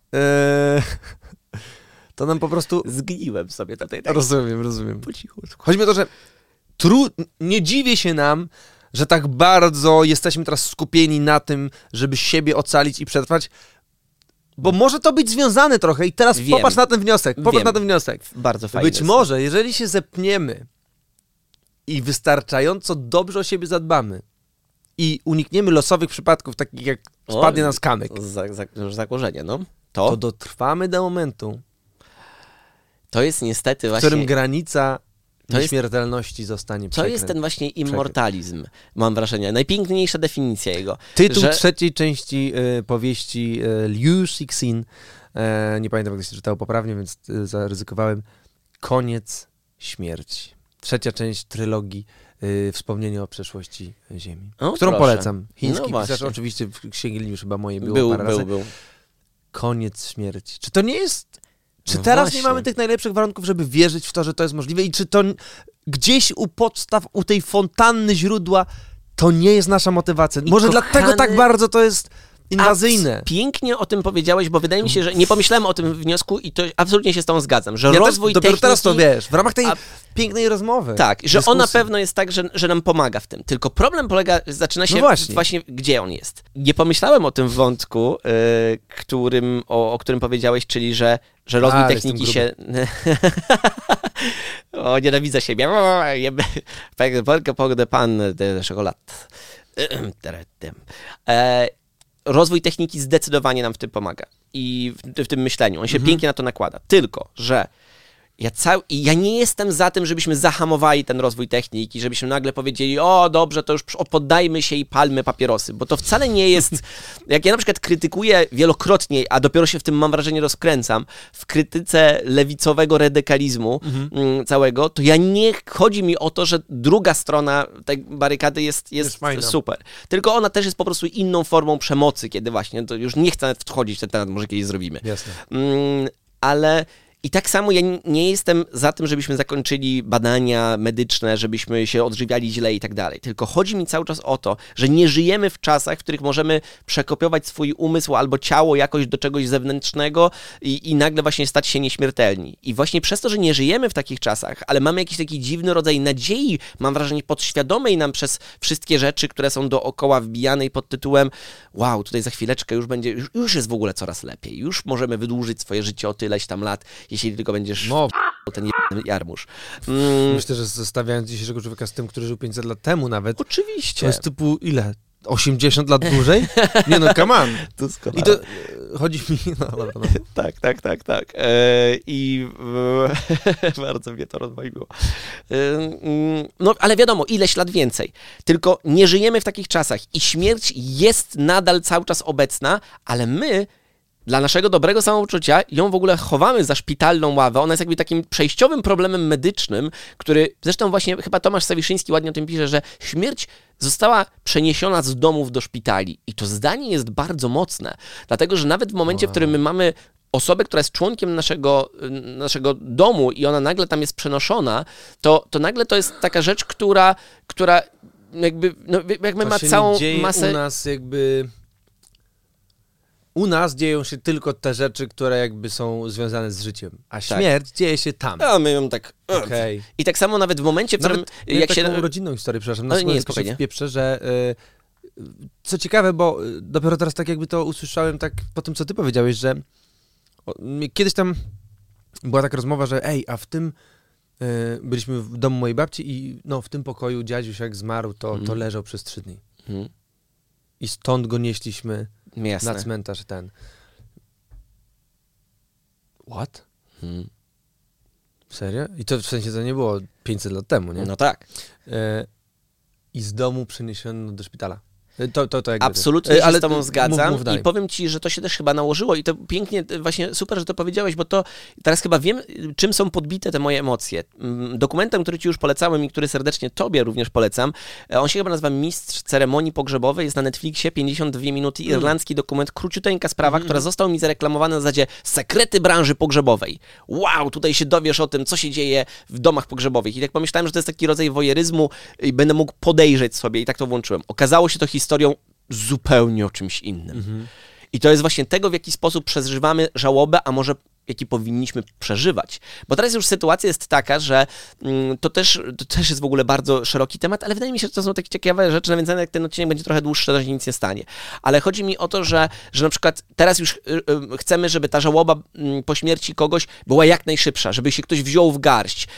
To nam po prostu. Zgniłem sobie tutaj. Tak. Rozumiem. Po cichutku. Chodzi mi o to, że nie dziwię się nam, że tak bardzo jesteśmy teraz skupieni na tym, żeby siebie ocalić i przetrwać, bo może to być związane trochę i teraz popatrz na ten wniosek. Bardzo fajnie. Być może, jeżeli się zepniemy i wystarczająco dobrze o siebie zadbamy i unikniemy losowych przypadków, takich jak spadnie nas kamyk, zagrożenie, no. To dotrwamy do momentu, to jest niestety w właśnie... którym granica nieśmiertelności zostanie przekręcona. To jest ten właśnie immortalizm, mam wrażenie. Najpiękniejsza definicja jego. Tytuł trzeciej części powieści Liu Cixin, nie pamiętam, jak to się czytało poprawnie, więc zaryzykowałem. Koniec śmierci. Trzecia część trylogii Wspomnienie o przeszłości Ziemi. Którą polecam. Chiński pisarz, oczywiście w Księgi Liniusz chyba moje było parę razy. Był. Koniec śmierci. Czy to nie jest... Czy teraz nie mamy tych najlepszych warunków, żeby wierzyć w to, że to jest możliwe? I czy to gdzieś u podstaw, u tej fontanny źródła, to nie jest nasza motywacja? Może dlatego tak bardzo to jest inwazyjne. Pięknie o tym powiedziałeś, bo wydaje mi się, że nie pomyślałem o tym wniosku i to absolutnie się z tą zgadzam, że ja rozwój dopiero techniki... teraz to wiesz, w ramach tej pięknej rozmowy. Tak, że on na pewno jest tak, że nam pomaga w tym. Tylko problem zaczyna się właśnie, gdzie on jest. Nie pomyślałem o tym wątku, o którym powiedziałeś, czyli że rozwój techniki się... nienawidzę siebie. Pogdę pan czekolad. Rozwój techniki zdecydowanie nam w tym pomaga i w tym myśleniu. On się pięknie na to nakłada. Tylko, że ja nie jestem za tym, żebyśmy zahamowali ten rozwój techniki, żebyśmy nagle powiedzieli, o dobrze, to już poddajmy się i palmy papierosy, bo to wcale nie jest... Jak ja na przykład krytykuję wielokrotnie, a dopiero się w tym, mam wrażenie, rozkręcam, w krytyce lewicowego radykalizmu całego, to nie chodzi mi o to, że druga strona tej barykady jest super. Tylko ona też jest po prostu inną formą przemocy, kiedy właśnie, to już nie chcę nawet wchodzić w ten temat, może kiedyś zrobimy. Jasne. Ale... I tak samo ja nie jestem za tym, żebyśmy zakończyli badania medyczne, żebyśmy się odżywiali źle i tak dalej. Tylko chodzi mi cały czas o to, że nie żyjemy w czasach, w których możemy przekopiować swój umysł albo ciało jakoś do czegoś zewnętrznego i nagle właśnie stać się nieśmiertelni. I właśnie przez to, że nie żyjemy w takich czasach, ale mamy jakiś taki dziwny rodzaj nadziei, mam wrażenie podświadomej nam przez wszystkie rzeczy, które są dookoła wbijanej pod tytułem wow, tutaj za chwileczkę już będzie, już jest w ogóle coraz lepiej. Już możemy wydłużyć swoje życie o tyleś tam lat, jeśli tylko będziesz ten jarmuż. Myślę, że zestawiając dzisiejszego człowieka z tym, który żył 500 lat temu nawet. Oczywiście. To jest typu ile? 80 lat dłużej? Nie no, come on. Doskonale. I to chodzi mi... Tak. I bardzo mnie to rozbawiło. No, ale wiadomo, ileś lat więcej. Tylko nie żyjemy w takich czasach i śmierć jest nadal cały czas obecna, ale my dla naszego dobrego samopoczucia ją w ogóle chowamy za szpitalną ławę. Ona jest jakby takim przejściowym problemem medycznym, który zresztą właśnie chyba Tomasz Sawiszyński ładnie o tym pisze, że śmierć została przeniesiona z domów do szpitali. I to zdanie jest bardzo mocne, dlatego że nawet w momencie, w którym my mamy osobę, która jest członkiem naszego domu i ona nagle tam jest przenoszona, to nagle to jest taka rzecz, która jakby ma całą masę... U nas dzieją się tylko te rzeczy, które jakby są związane z życiem, a śmierć dzieje się tam. A my ją tak... Okay. I tak samo nawet w momencie, w którym... Jak taką rodzinną historię, przepraszam, no, nie, spokojnie. Się wpieprzę, że co ciekawe, bo dopiero teraz tak jakby to usłyszałem tak po tym, co ty powiedziałeś, że kiedyś tam była taka rozmowa, że a w tym byliśmy w domu mojej babci i no w tym pokoju dziadziuś jak zmarł, to leżał przez 3 dni. I stąd go nieśliśmy na cmentarz ten. What? Serio? I to w sensie to nie było 500 lat temu, nie? No tak. I z domu przeniesiono do szpitala. To jakby Absolutnie się ale z tobą zgadzam mów dalej. i powiem ci, że to się też chyba nałożyło i to pięknie, właśnie super, że to powiedziałeś, bo to teraz chyba wiem, czym są podbite te moje emocje. Dokumentem, który ci już polecałem i który serdecznie tobie również polecam, on się chyba nazywa Mistrz Ceremonii Pogrzebowej, jest na Netflixie, 52 minuty, irlandzki dokument, króciuteńka sprawa, która została mi zareklamowana na zasadzie sekrety branży pogrzebowej. Wow, tutaj się dowiesz o tym, co się dzieje w domach pogrzebowych. I tak pomyślałem, że to jest taki rodzaj wojeryzmu i będę mógł podejrzeć sobie i tak to włączyłem. Okazało się to historią zupełnie o czymś innym. I to jest właśnie tego, w jaki sposób przeżywamy żałobę, a może jaki powinniśmy przeżywać. Bo teraz już sytuacja jest taka, że to też jest w ogóle bardzo szeroki temat, ale wydaje mi się, że to są takie ciekawe rzeczy, no więc jak ten odcinek będzie trochę dłuższy, to się nic nie stanie. Ale chodzi mi o to, że na przykład teraz już chcemy, żeby ta żałoba po śmierci kogoś była jak najszybsza, żeby się ktoś wziął w garść,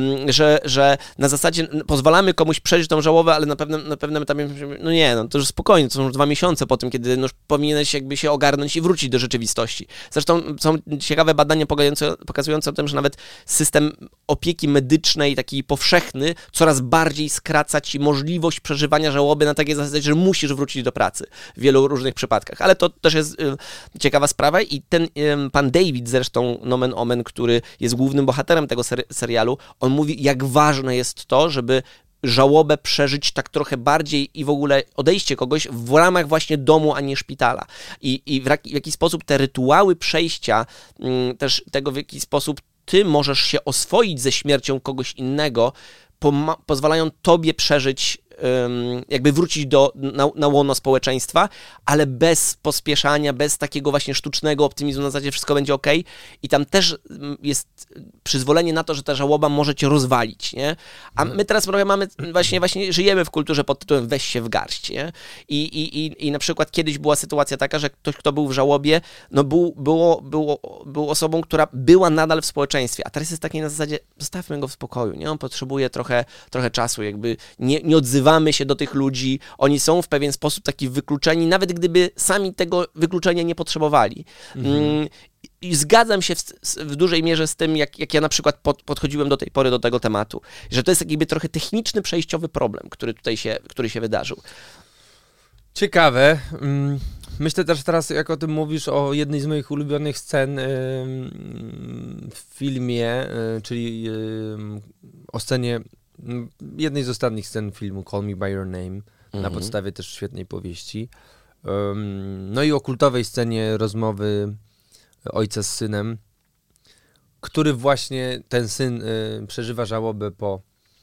że na zasadzie pozwalamy komuś przeżyć tą żałobę, ale na pewnym etapie, no nie, no to już spokojnie, to są już 2 miesiące po tym, kiedy już powinieneś jakby się ogarnąć i wrócić do rzeczywistości. Zresztą są ciekawe badania pokazujące o tym, że nawet system opieki medycznej, taki powszechny, coraz bardziej skraca ci możliwość przeżywania żałoby na takiej zasadzie, że musisz wrócić do pracy w wielu różnych przypadkach. Ale to też jest ciekawa sprawa i ten pan David zresztą, nomen omen, który jest głównym bohaterem tego serialu, on mówi, jak ważne jest to, żeby żałobę przeżyć tak trochę bardziej i w ogóle odejście kogoś w ramach właśnie domu, a nie szpitala. I w jaki sposób te rytuały przejścia, też tego, w jaki sposób ty możesz się oswoić ze śmiercią kogoś innego, pozwalają tobie przeżyć, jakby wrócić na łono społeczeństwa, ale bez pospieszania, bez takiego właśnie sztucznego optymizmu, na zasadzie wszystko będzie okej. I tam też jest przyzwolenie na to, że ta żałoba może cię rozwalić, nie? A my teraz trochę mamy, właśnie żyjemy w kulturze pod tytułem weź się w garść, nie? I na przykład kiedyś była sytuacja taka, że ktoś, kto był w żałobie, no był osobą, która była nadal w społeczeństwie, a teraz jest takiej na zasadzie, zostawmy go w spokoju, nie? On potrzebuje trochę czasu, jakby nie odzywamy się do tych ludzi, oni są w pewien sposób taki wykluczeni, nawet gdyby sami tego wykluczenia nie potrzebowali. I zgadzam się w dużej mierze z tym, jak ja na przykład podchodziłem do tej pory do tego tematu, że to jest jakby trochę techniczny, przejściowy problem, który się wydarzył. Ciekawe. Myślę też teraz, jak o tym mówisz, o jednej z moich ulubionych scen w filmie, czyli o scenie, jednej z ostatnich scen filmu Call Me By Your Name, na podstawie też świetnej powieści. No i o kultowej scenie rozmowy ojca z synem, który właśnie ten syn przeżywa żałobę po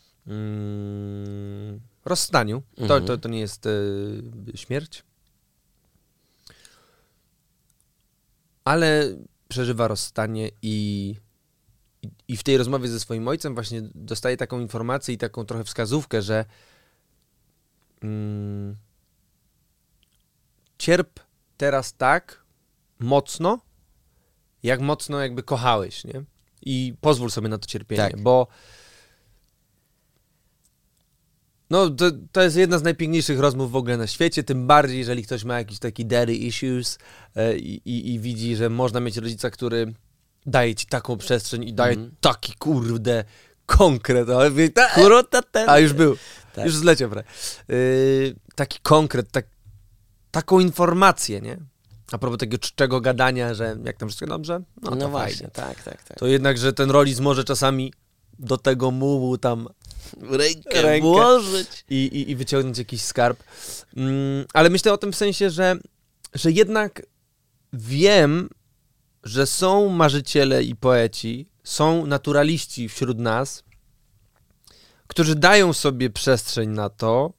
rozstaniu. To nie jest śmierć, ale przeżywa rozstanie i w tej rozmowie ze swoim ojcem właśnie dostaje taką informację i taką trochę wskazówkę, że cierp teraz tak mocno, jak mocno jakby kochałeś, nie? I pozwól sobie na to cierpienie, bo no, to jest jedna z najpiękniejszych rozmów w ogóle na świecie, tym bardziej, jeżeli ktoś ma jakiś taki daddy issues i widzi, że można mieć rodzica, który daje ci taką przestrzeń i daje taki kurde konkret, a już był, już zleciał prawie. Taki konkret, taką informację, nie? A propos tego czczego gadania, że jak tam wszystko dobrze, no to właśnie, fajnie. tak. To jednak, że ten Rollis może czasami do tego mułu tam rękę włożyć i wyciągnąć jakiś skarb. Ale myślę o tym w sensie, że jednak wiem, że są marzyciele i poeci, są naturaliści wśród nas, którzy dają sobie przestrzeń na to,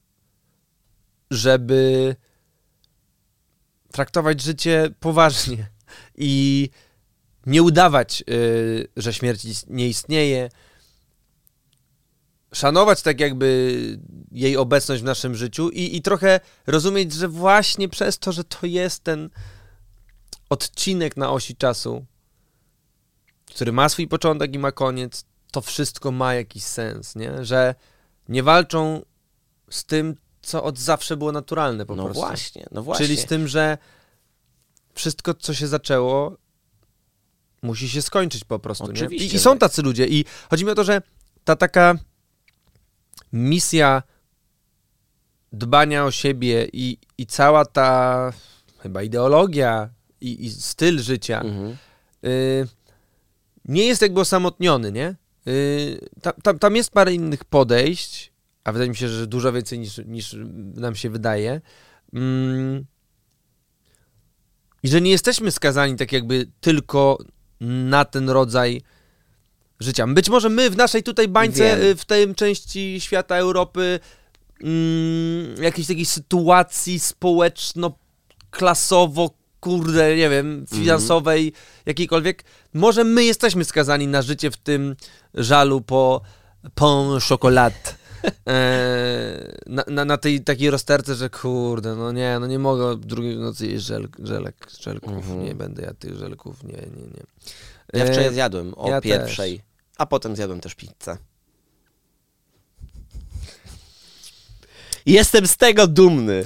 żeby traktować życie poważnie i nie udawać, że śmierć nie istnieje, szanować tak jakby jej obecność w naszym życiu i trochę rozumieć, że właśnie przez to, że to jest ten odcinek na osi czasu, który ma swój początek i ma koniec, to wszystko ma jakiś sens, nie? Że nie walczą z tym, co od zawsze było naturalne po prostu. No właśnie. Czyli z tym, że wszystko, co się zaczęło, musi się skończyć po prostu. Oczywiście, nie? I są tacy ludzie. I chodzi mi o to, że ta taka misja dbania o siebie i cała ta chyba ideologia i styl życia nie jest jakby osamotniony, nie? Tam jest parę innych podejść, a wydaje mi się, że dużo więcej niż nam się wydaje. I że nie jesteśmy skazani tak jakby tylko na ten rodzaj życia. Być może my w naszej tutaj bańce, w tej części świata Europy, jakiejś takiej sytuacji społeczno-klasowo, kurde, nie wiem, finansowej, jakiejkolwiek, może my jesteśmy skazani na życie w tym żalu po pain chocolat. Na tej takiej rozterce, że kurde, no nie mogę drugiej nocy jeść żelków, nie będę jadł tych żelków, nie. Ja wczoraj zjadłem o pierwszej, a potem zjadłem też pizzę. Jestem z tego dumny.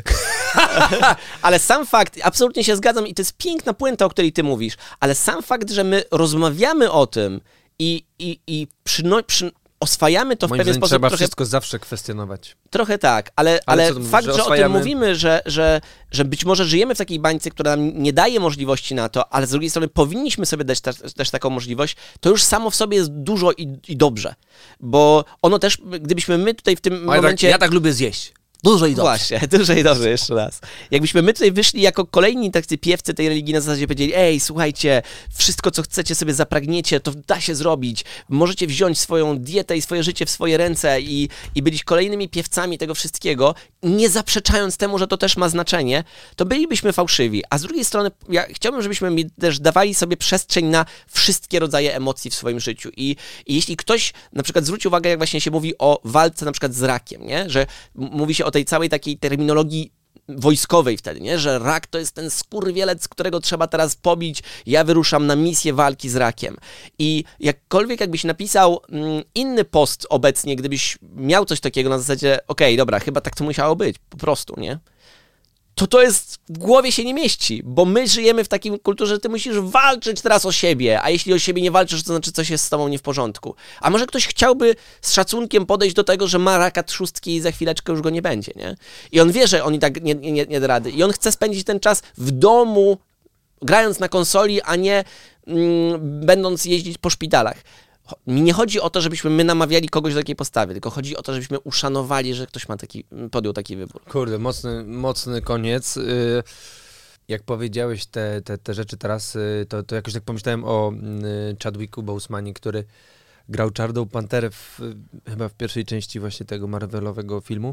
Ale sam fakt, absolutnie się zgadzam i to jest piękna puenta, o której ty mówisz, ale sam fakt, że my rozmawiamy o tym i oswajamy to w pewien sposób. Trzeba wszystko zawsze kwestionować. Trochę tak, ale fakt, że o tym mówimy, że być może żyjemy w takiej bańce, która nam nie daje możliwości na to, ale z drugiej strony powinniśmy sobie dać też taką możliwość, to już samo w sobie jest dużo i dobrze. Bo ono też, gdybyśmy my tutaj w tym momencie... Ja tak lubię zjeść. Dużo i dobrze. Właśnie, dużo i dobrze, jeszcze raz. Jakbyśmy my tutaj wyszli jako kolejni tacy piewcy tej religii na zasadzie powiedzieli, ej, słuchajcie, wszystko co chcecie sobie zapragniecie, to da się zrobić. Możecie wziąć swoją dietę i swoje życie w swoje ręce i byli kolejnymi piewcami tego wszystkiego, nie zaprzeczając temu, że to też ma znaczenie, to bylibyśmy fałszywi. A z drugiej strony ja chciałbym, żebyśmy też dawali sobie przestrzeń na wszystkie rodzaje emocji w swoim życiu. I jeśli ktoś na przykład zwróci uwagę, jak właśnie się mówi o walce na przykład z rakiem, nie? Że mówi się o tej całej takiej terminologii wojskowej wtedy, nie? Że rak to jest ten skurwielec, którego trzeba teraz pobić, ja wyruszam na misję walki z rakiem. I jakkolwiek jakbyś napisał inny post obecnie, gdybyś miał coś takiego na zasadzie, okej, dobra, chyba tak to musiało być, po prostu, nie? To jest, w głowie się nie mieści, bo my żyjemy w takim kulturze, że ty musisz walczyć teraz o siebie, a jeśli o siebie nie walczysz, to znaczy coś jest z tobą nie w porządku. A może ktoś chciałby z szacunkiem podejść do tego, że ma raka trzustki i za chwileczkę już go nie będzie, nie? I on wie, że on i tak nie da rady. I on chce spędzić ten czas w domu, grając na konsoli, a nie będąc jeździć po szpitalach. Mi nie chodzi o to, żebyśmy my namawiali kogoś do takiej postawy, tylko chodzi o to, żebyśmy uszanowali, że ktoś podjął taki wybór. Kurde, mocny koniec. Jak powiedziałeś te rzeczy teraz, to jakoś tak pomyślałem o Chadwicku Bosemanie, który grał Czarną Panterę chyba w pierwszej części właśnie tego Marvelowego filmu.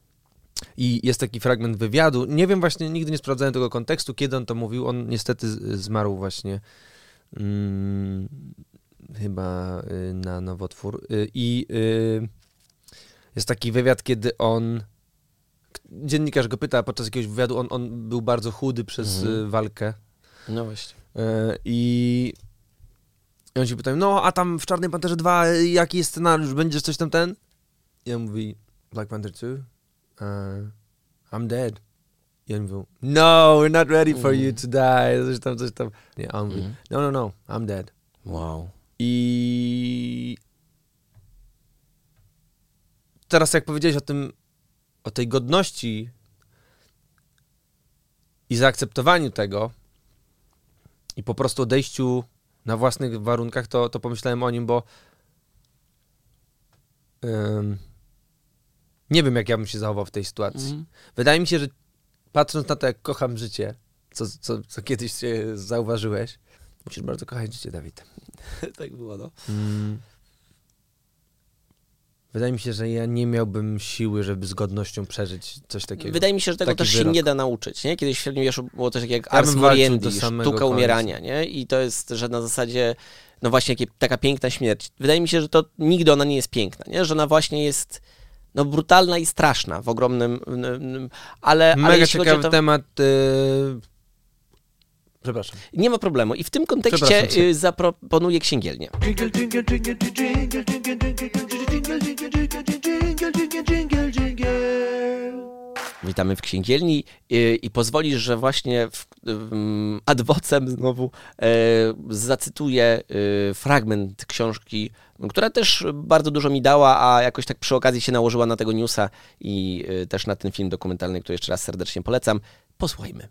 I jest taki fragment wywiadu. Nie wiem właśnie, nigdy nie sprawdzałem tego kontekstu, kiedy on to mówił. On niestety zmarł właśnie chyba na nowotwór. I jest taki wywiad, kiedy dziennikarz go pyta podczas jakiegoś wywiadu, on był bardzo chudy przez walkę. No właśnie. I on się pytał, no a tam w Czarnej Panterze 2 jaki jest scenariusz, będziesz coś tam ten? I on mówi, Black Panther 2? I'm dead. I on mówi, no, we're not ready for you to die. Coś tam. Nie, on mówi, no, I'm dead. Wow. I teraz jak powiedziałeś o tej godności i zaakceptowaniu tego i po prostu odejściu na własnych warunkach, to pomyślałem o nim, bo nie wiem, jak ja bym się zachował w tej sytuacji. Wydaje mi się, że patrząc na to, jak kocham życie, co kiedyś się zauważyłeś, musisz bardzo kochać życie, Dawid. Tak było, no. Wydaje mi się, że ja nie miałbym siły, żeby z godnością przeżyć coś takiego. Wydaje mi się, że tego też wyrok się nie da nauczyć, nie? Kiedyś w średniowieczu było coś takiego jak Ars Moriendi, sztuka umierania, nie? I to jest, że na zasadzie, no właśnie taka piękna śmierć. Wydaje mi się, że to nigdy ona nie jest piękna, nie? Że ona właśnie jest brutalna i straszna w ogromnym, ale mega ciekawy temat. Przepraszam. Nie ma problemu. I w tym kontekście zaproponuję księgielnię. Witamy w księgielni i pozwolisz, że właśnie ad vocem znowu zacytuję fragment książki, która też bardzo dużo mi dała, a jakoś tak przy okazji się nałożyła na tego newsa i też na ten film dokumentalny, który jeszcze raz serdecznie polecam. Posłuchajmy.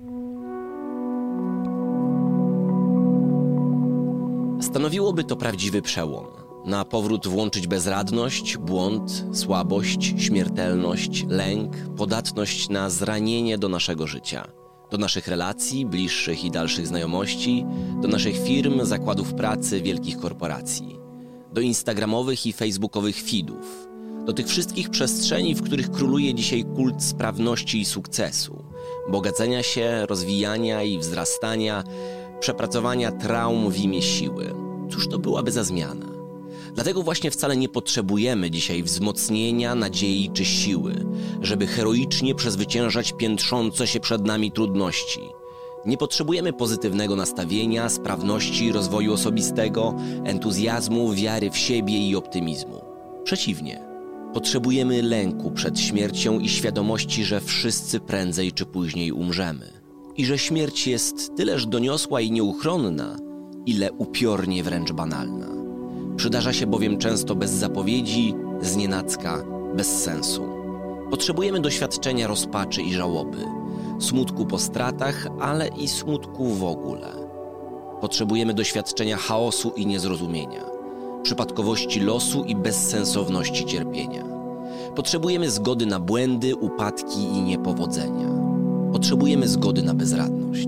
Stanowiłoby to prawdziwy przełom. Na powrót włączyć bezradność, błąd, słabość, śmiertelność, lęk, podatność na zranienie do naszego życia, do naszych relacji, bliższych i dalszych znajomości, do naszych firm, zakładów pracy, wielkich korporacji, do instagramowych i facebookowych feedów, do tych wszystkich przestrzeni, w których króluje dzisiaj kult sprawności i sukcesu, bogacenia się, rozwijania i wzrastania, przepracowania traum w imię siły. Cóż to byłaby za zmiana? Dlatego właśnie wcale nie potrzebujemy dzisiaj wzmocnienia, nadziei czy siły, żeby heroicznie przezwyciężać piętrzące się przed nami trudności. Nie potrzebujemy pozytywnego nastawienia, sprawności, rozwoju osobistego, entuzjazmu, wiary w siebie i optymizmu. Przeciwnie, potrzebujemy lęku przed śmiercią i świadomości, że wszyscy prędzej czy później umrzemy. I że śmierć jest tyleż doniosła i nieuchronna, ile upiornie wręcz banalna. Przydarza się bowiem często bez zapowiedzi, znienacka, bez sensu. Potrzebujemy doświadczenia rozpaczy i żałoby, smutku po stratach, ale i smutku w ogóle. Potrzebujemy doświadczenia chaosu i niezrozumienia, przypadkowości losu i bezsensowności cierpienia. Potrzebujemy zgody na błędy, upadki i niepowodzenia. Potrzebujemy zgody na bezradność.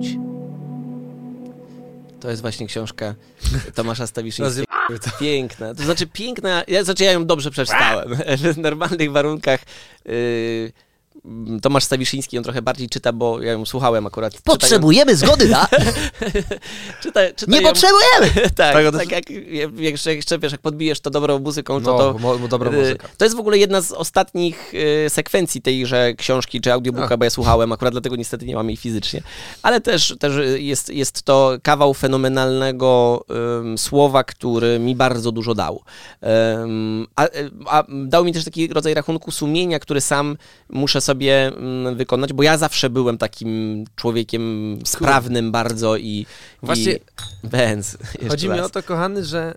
To jest właśnie książka Tomasza Stawiszyńskiego. Piękna. To znaczy piękna, ja ją dobrze przeczytałem. W normalnych warunkach Tomasz Stawiszyński ją trochę bardziej czyta, bo ja ją słuchałem akurat. Potrzebujemy zgody, da? Nie potrzebujemy! Tak jak jeszcze wiesz, jak podbijesz to dobrą muzyką, to dobra muzyka. To jest w ogóle jedna z ostatnich sekwencji tejże książki czy audiobooka, bo ja słuchałem, akurat dlatego niestety nie mam jej fizycznie. Ale też jest to kawał fenomenalnego słowa, który mi bardzo dużo dał. A dał mi też taki rodzaj rachunku sumienia, który sam muszę sobie wykonać, bo ja zawsze byłem takim człowiekiem sprawnym bardzo i właśnie Benz. Chodzi mi o to, kochany, że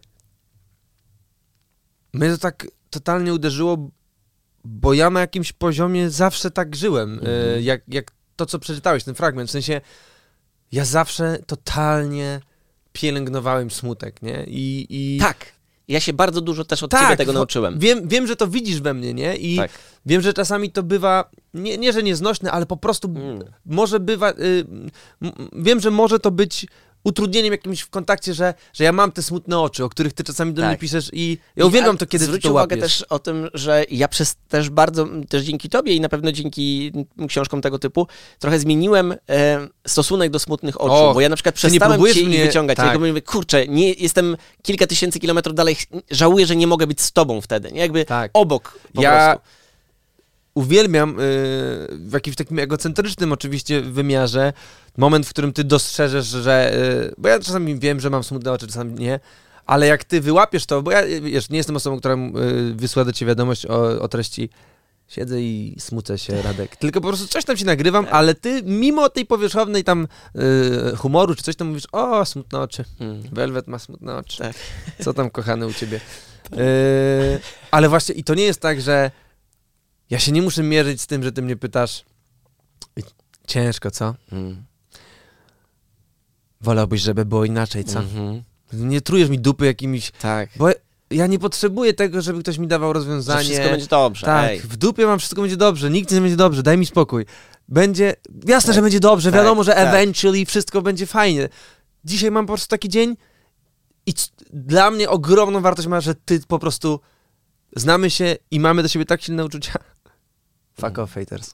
mnie to tak totalnie uderzyło, bo ja na jakimś poziomie zawsze tak żyłem, jak to, co przeczytałeś, ten fragment, w sensie ja zawsze totalnie pielęgnowałem smutek, nie? Tak. Ja się bardzo dużo też od ciebie tego nauczyłem. Wiem, że to widzisz we mnie, nie? I wiem, że czasami to bywa, nie że nieznośne, ale po prostu może bywa, wiem, że może to być utrudnieniem jakimś w kontakcie, że ja mam te smutne oczy, o których ty czasami do mnie piszesz i ja uwielbiam to, kiedy ty to łapiesz. Zwróć uwagę też o tym, że ja też bardzo, też dzięki tobie i na pewno dzięki książkom tego typu, trochę zmieniłem stosunek do smutnych oczu, bo ja na przykład przestałem cię ich wyciągać. Ja mówię, kurczę, jestem kilka tysięcy kilometrów dalej, żałuję, że nie mogę być z tobą wtedy, nie? Jakby obok po prostu. Uwielbiam w jakimś takim egocentrycznym oczywiście wymiarze moment, w którym ty dostrzeżesz, że... bo ja czasami wiem, że mam smutne oczy, czasami nie, ale jak ty wyłapiesz to, bo ja nie jestem osobą, która wysła do ciebie wiadomość o treści siedzę i smucę się, Radek. Tylko po prostu coś tam ci nagrywam, ale ty mimo tej powierzchownej tam humoru czy coś tam mówisz, o, smutne oczy. Velvet ma smutne oczy. Tak. Co tam, kochany, u ciebie? Ale właśnie i to nie jest tak, że ja się nie muszę mierzyć z tym, że ty mnie pytasz ciężko, co? Wolałbyś, żeby było inaczej, co? Nie trujesz mi dupy jakimiś... Tak. Bo ja nie potrzebuję tego, żeby ktoś mi dawał rozwiązanie. Że wszystko będzie dobrze. Tak, w dupie mam wszystko będzie dobrze, nikt nie będzie dobrze, daj mi spokój. Będzie... Jasne, że będzie dobrze, wiadomo, że eventually wszystko będzie fajnie. Dzisiaj mam po prostu taki dzień i dla mnie ogromną wartość ma, że ty po prostu znamy się i mamy do siebie tak silne uczucia. Fuck off, haters.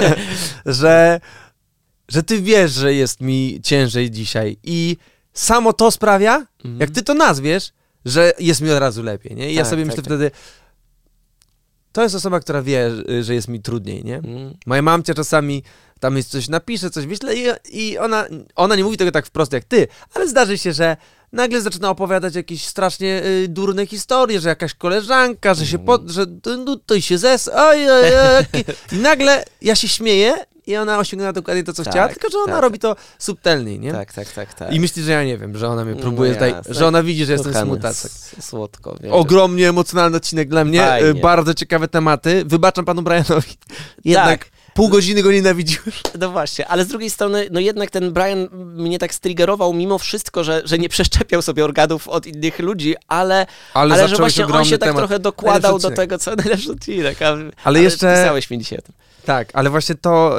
że ty wiesz, że jest mi ciężej dzisiaj i samo to sprawia, jak ty to nazwiesz, że jest mi od razu lepiej, nie? I ja sobie myślę wtedy, to jest osoba, która wie, że jest mi trudniej, nie? Moja mamcia czasami tam jest coś napisze, coś wyśle i ona nie mówi tego tak wprost jak ty, ale zdarzy się, że nagle zaczyna opowiadać jakieś strasznie durne historie, że jakaś koleżanka, że się że to się i nagle ja się śmieję i ona osiągnęła dokładnie to, co chciała, tylko że ona robi to subtelniej, nie? Tak. I myśli, że ja nie wiem, że ona mnie próbuje że ona widzi, że jestem smutacek. Słodko. Wiem, ogromnie emocjonalny odcinek dla mnie, bardzo ciekawe tematy. Wybaczam panu Brianowi. Jednak pół godziny go nienawidziłem. No właśnie, ale z drugiej strony, no jednak ten Brian mnie tak striggerował mimo wszystko, że nie przeszczepiał sobie organów od innych ludzi, ale że właśnie on się tak trochę dokładał do tego, co najlepszy odcinek. Ale jeszcze pisałeś mi dzisiaj o tym. Tak, ale właśnie to...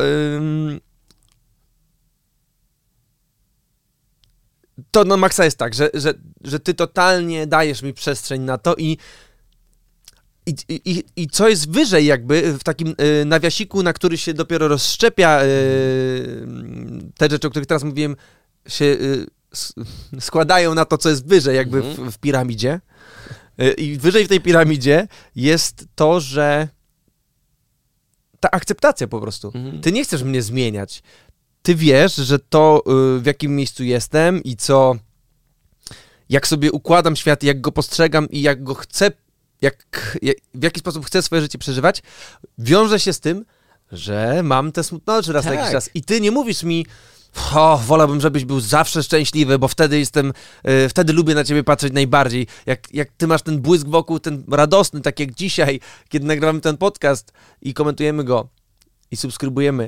To no Maxa jest tak, że ty totalnie dajesz mi przestrzeń na to i co jest wyżej jakby w takim nawiasiku, na który się dopiero rozszczepia te rzeczy, o których teraz mówiłem, się składają na to, co jest wyżej jakby w piramidzie. I wyżej w tej piramidzie jest to, że ta akceptacja po prostu. Ty nie chcesz mnie zmieniać. Ty wiesz, że to w jakim miejscu jestem i jak sobie układam świat, jak go postrzegam i jak go chcę, w jaki sposób chcę swoje życie przeżywać, wiąże się z tym, że mam te smutne oczy raz na jakiś czas. I ty nie mówisz mi, wolałbym, żebyś był zawsze szczęśliwy, bo wtedy lubię na ciebie patrzeć najbardziej. Jak ty masz ten błysk wokół, ten radosny, tak jak dzisiaj, kiedy nagrywamy ten podcast i komentujemy go i subskrybujemy,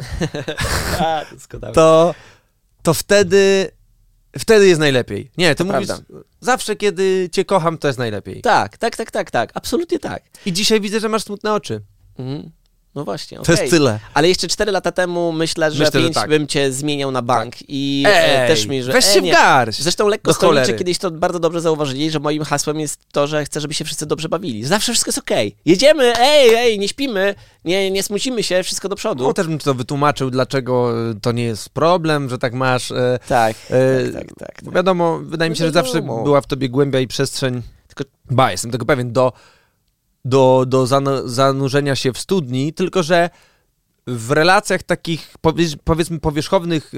to wtedy jest najlepiej. Nie, ty mówisz, zawsze kiedy cię kocham, to jest najlepiej. Tak, absolutnie tak. I dzisiaj widzę, że masz smutne oczy. No właśnie, to jest tyle. Ale jeszcze 4 lata temu myślę, że 5 bym cię zmieniał na bank i też mi, że weź się w garść. Zresztą lekko stolniczy kiedyś to bardzo dobrze zauważyli, że moim hasłem jest to, że chcę, żeby się wszyscy dobrze bawili. Zawsze wszystko jest okej. Jedziemy, nie śpimy, nie smucimy się, wszystko do przodu. No też bym ci to wytłumaczył, dlaczego to nie jest problem, że tak masz. Tak. Bo wiadomo, wydaje mi się, że zawsze była w tobie głębia i przestrzeń, jestem tego pewien, do zanurzenia się w studni, tylko że w relacjach takich, powiedzmy, powierzchownych,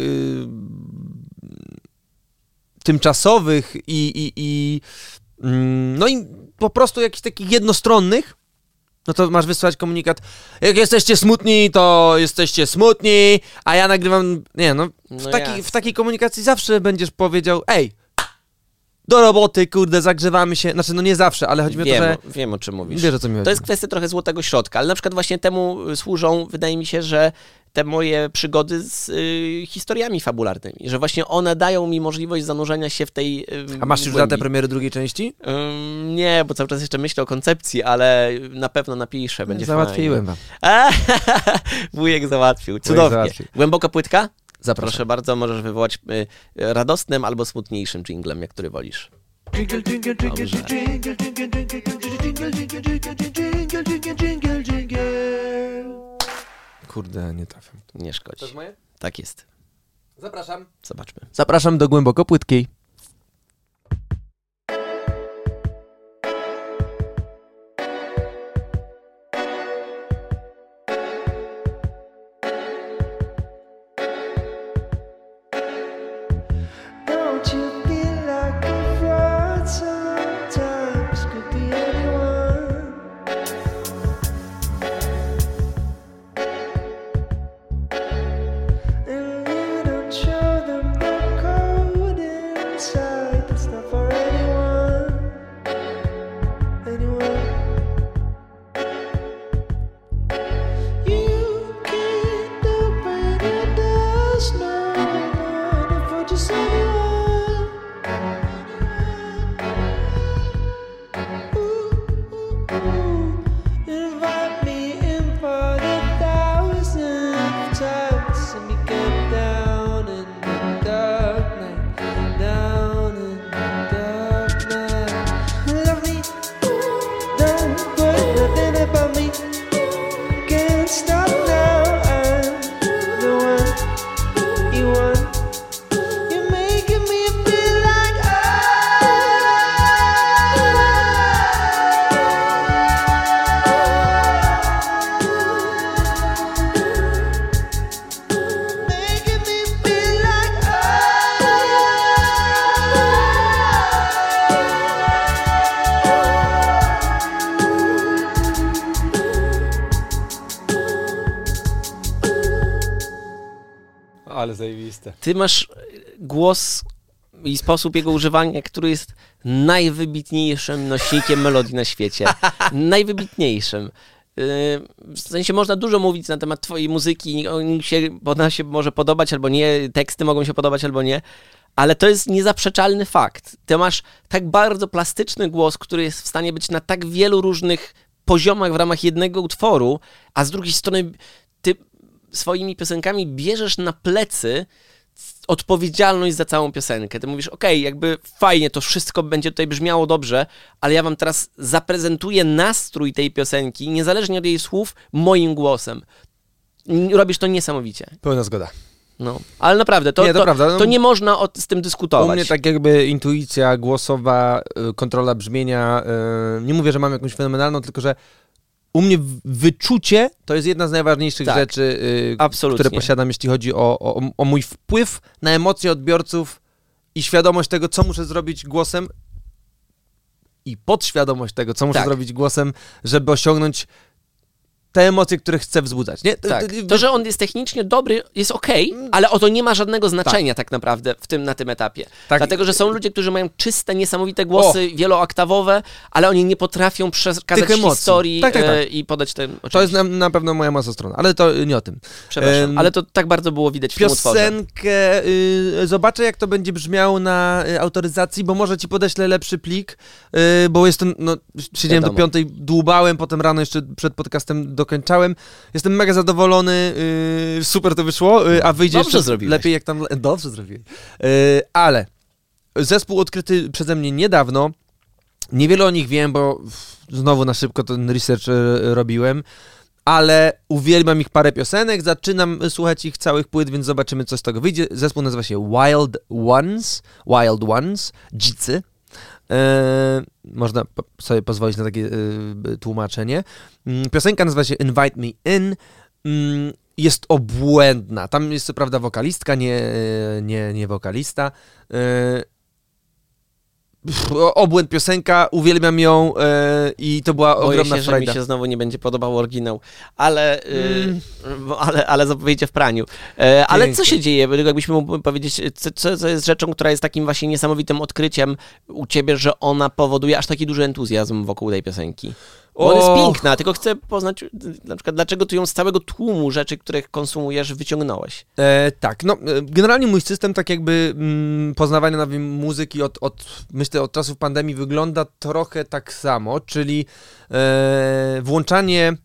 tymczasowych i po prostu jakichś takich jednostronnych, no to masz wysłać komunikat, jak jesteście smutni, to jesteście smutni, a ja nagrywam, w takiej komunikacji zawsze będziesz powiedział, do roboty, kurde, zagrzewamy się. Znaczy, nie zawsze, ale chodzi mi o to, że... Wiem, o czym mówisz. Wiesz, o co mi chodzi. To jest kwestia trochę złotego środka, ale na przykład właśnie temu służą, wydaje mi się, że te moje przygody z historiami fabularnymi, że właśnie one dają mi możliwość zanurzenia się w tej A masz już datę premiery drugiej części? Nie, bo cały czas jeszcze myślę o koncepcji, ale na pewno napiszę, będzie Załatwiłem wam. Wujek załatwił, cudownie. Głęboka płytka? Zapraszam. Proszę bardzo, możesz wywołać radosnym albo smutniejszym dżinglem, jak który wolisz. Dobrze. Kurde, nie trafiam. Nie szkodzi. To jest moje? Tak jest. Zapraszam. Zobaczmy. Zapraszam do głęboko płytkiej. You make it Ale zajebiste. Ty masz głos i sposób jego używania, który jest najwybitniejszym nośnikiem melodii na świecie. Najwybitniejszym. W sensie można dużo mówić na temat twojej muzyki, ona się może podobać albo nie, teksty mogą się podobać albo nie, ale to jest niezaprzeczalny fakt. Ty masz tak bardzo plastyczny głos, który jest w stanie być na tak wielu różnych poziomach w ramach jednego utworu, a z drugiej strony ty swoimi piosenkami bierzesz na plecy odpowiedzialność za całą piosenkę. Ty mówisz, okej, jakby fajnie, to wszystko będzie tutaj brzmiało dobrze, ale ja wam teraz zaprezentuję nastrój tej piosenki, niezależnie od jej słów, moim głosem. Robisz to niesamowicie. Pełna zgoda. No, ale naprawdę, to nie można z tym dyskutować. U mnie tak jakby intuicja głosowa, kontrola brzmienia, nie mówię, że mam jakąś fenomenalną, tylko że u mnie wyczucie to jest jedna z najważniejszych rzeczy, które posiadam, jeśli chodzi o mój wpływ na emocje odbiorców i świadomość tego, co muszę zrobić głosem i podświadomość tego, co muszę zrobić głosem, żeby osiągnąć te emocje, które chcę wzbudzać. Nie? Tak. To, że on jest technicznie dobry, jest okej, ale o to nie ma żadnego znaczenia tak naprawdę na tym etapie. Tak. Dlatego, że są ludzie, którzy mają czyste, niesamowite głosy, wielooktawowe, ale oni nie potrafią przekazać historii i podać te... Oczywiście. To jest na pewno moja mocna strona, ale to nie o tym. Przepraszam, ale to tak bardzo było widać w tym utworze. Piosenkę, zobaczę jak to będzie brzmiało na autoryzacji, bo może ci podeślę lepszy plik, bo jestem, siedziałem do 5, dłubałem, potem rano jeszcze przed podcastem dokończałem. Jestem mega zadowolony, super to wyszło, a wyjdzie jeszcze lepiej jak tam... Dobrze zrobiłem. Ale zespół odkryty przeze mnie niedawno, niewiele o nich wiem, bo znowu na szybko ten research robiłem, ale uwielbiam ich parę piosenek, zaczynam słuchać ich całych płyt, więc zobaczymy, co z tego wyjdzie. Zespół nazywa się Wild Ones, Dzicy. Można sobie pozwolić na takie tłumaczenie. Piosenka nazywa się Invite Me In. Jest obłędna. Tam jest co prawda wokalistka, nie wokalista. Obłęd piosenka, uwielbiam ją i to była ogromna frajda. Że mi się znowu nie będzie podobał oryginał, ale wyjdzie w praniu. Ale co się dzieje? Jakbyśmy mógł powiedzieć, co jest rzeczą, która jest takim właśnie niesamowitym odkryciem u ciebie, że ona powoduje aż taki duży entuzjazm wokół tej piosenki? Bo ona jest piękna, tylko chcę poznać na przykład, dlaczego ty ją z całego tłumu rzeczy, których konsumujesz, wyciągnąłeś. Tak, generalnie mój system tak jakby poznawania nowej muzyki myślę od czasów pandemii wygląda trochę tak samo, czyli włączanie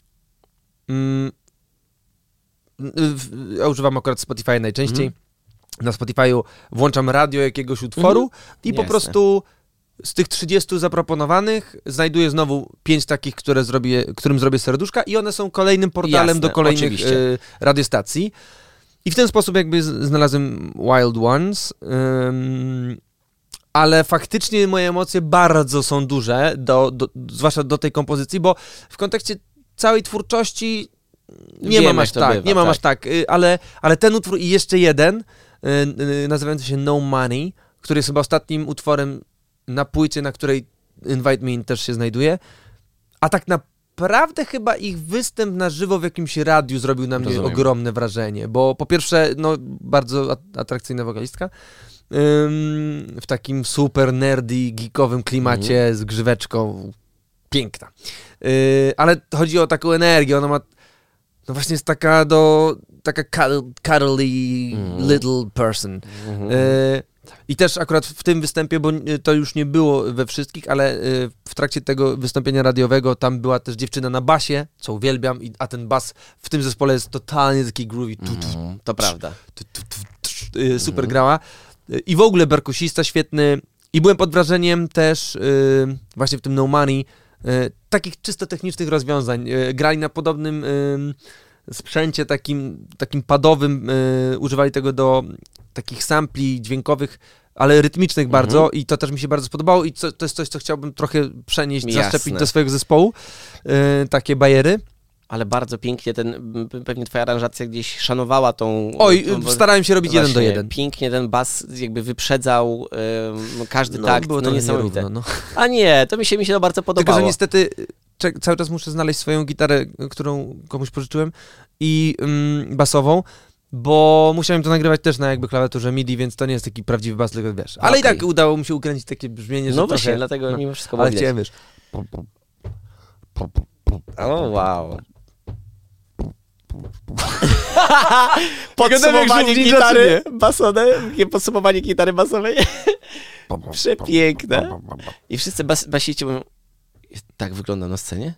ja używam akurat Spotify najczęściej. Na Spotify'u włączam radio jakiegoś utworu i po prostu z tych 30 zaproponowanych znajduję znowu 5 takich, którym zrobię serduszka i one są kolejnym portalem do kolejnych radiostacji. I w ten sposób jakby znalazłem Wild Ones, ale faktycznie moje emocje bardzo są duże, zwłaszcza do tej kompozycji, bo w kontekście całej twórczości nie mam aż tak, ale ten utwór i jeszcze jeden, nazywający się No Money, który jest chyba ostatnim utworem na płycie, na której Invite Me In też się znajduje, a tak naprawdę chyba ich występ na żywo w jakimś radiu zrobił na mnie ogromne wrażenie, bo po pierwsze, bardzo atrakcyjna wokalistka, w takim super nerdy, geekowym klimacie z grzyweczką, piękna. Ale chodzi o taką energię, ona ma, właśnie jest taka cuddly little person. I też akurat w tym występie, bo to już nie było we wszystkich, ale w trakcie tego wystąpienia radiowego tam była też dziewczyna na basie, co uwielbiam, a ten bas w tym zespole jest totalnie taki groovy. To prawda. Super grała. I w ogóle perkusista świetny. I byłem pod wrażeniem też właśnie w tym No Money takich czysto technicznych rozwiązań. Grali na podobnym sprzęcie takim padowym, używali tego do takich sampli dźwiękowych, ale rytmicznych bardzo i to też mi się bardzo spodobało i to jest coś, co chciałbym trochę przenieść, zaszczepić do swojego zespołu, takie bajery. Ale bardzo pięknie pewnie twoja aranżacja gdzieś szanowała tą... starałem się robić 1 do 1. Pięknie ten bas jakby wyprzedzał każdy takt, było to niesamowite. Nierówno, Nie, to mi się to bardzo podobało. Tylko, że niestety cały czas muszę znaleźć swoją gitarę, którą komuś pożyczyłem i basową, bo musiałem to nagrywać też na jakby klawiaturze MIDI, więc to nie jest taki prawdziwy bas, tylko wiesz. Ale i tak udało mi się ukręcić takie brzmienie, że No właśnie, trochę... dlatego mimo wszystko Ale było chciałem, widać. wiesz... O, wow. Podsumowanie gitary basowej. Przepiękne. I wszyscy basiści mówią, tak wygląda na scenie?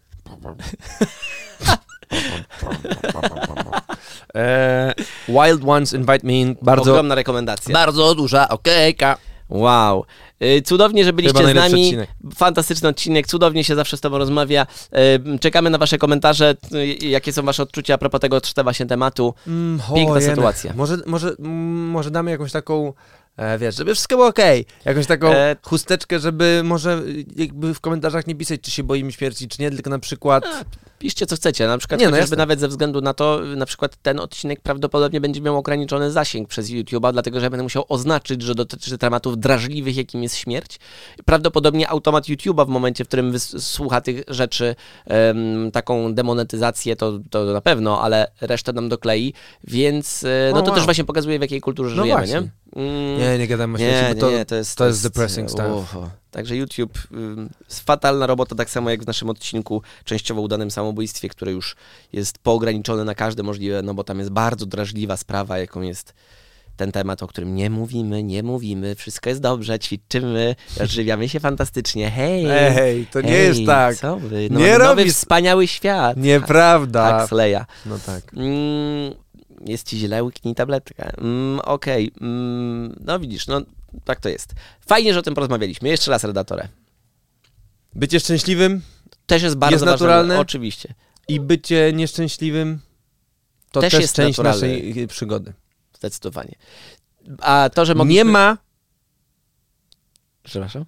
Wild Ones Invite Me In, bardzo... Ogromna rekomendacja. Bardzo duża okejka. Wow. Cudownie, że byliście Chyba z nami. odcinek. Fantastyczny odcinek, cudownie się zawsze z tobą rozmawia. Czekamy na wasze komentarze, jakie są wasze odczucia a propos tego właśnie tematu. Piękna sytuacja. Może damy jakąś taką, wiesz, żeby wszystko było okej. Jakąś taką chusteczkę, żeby może jakby w komentarzach nie pisać, czy się boimy śmierci, czy nie, tylko na przykład... Piszcie co chcecie, na przykład chociażby nawet ze względu na to, na przykład ten odcinek prawdopodobnie będzie miał ograniczony zasięg przez YouTube'a, dlatego że ja będę musiał oznaczyć, że dotyczy tematów drażliwych, jakim jest śmierć. Prawdopodobnie automat YouTube'a w momencie, w którym słucha tych rzeczy, taką demonetyzację, to na pewno, ale resztę nam doklei, więc to też właśnie pokazuje, w jakiej kulturze żyjemy, właśnie. nie? Nie gadamy o śmierci, bo to jest depressing stuff. Także YouTube, fatalna robota, tak samo jak w naszym odcinku częściowo udanym samobójstwie, które już jest poograniczone na każde możliwe, no bo tam jest bardzo drażliwa sprawa, jaką jest ten temat, o którym nie mówimy, wszystko jest dobrze, ćwiczymy, odżywiamy się fantastycznie, hej, to nie jest tak. Co wy? Nie nowy wspaniały świat. Nieprawda. Tak, Sleja. No tak. Jest ci źle, łyknij tabletkę. Okej. No widzisz, no tak to jest. Fajnie, że o tym porozmawialiśmy. Jeszcze raz, redaktorze. Bycie szczęśliwym też jest bardzo ważne. naturalne. Oczywiście. I bycie nieszczęśliwym to też jest część naturalne. naszej przygody. Zdecydowanie. A to, że Nie ma... Przepraszam?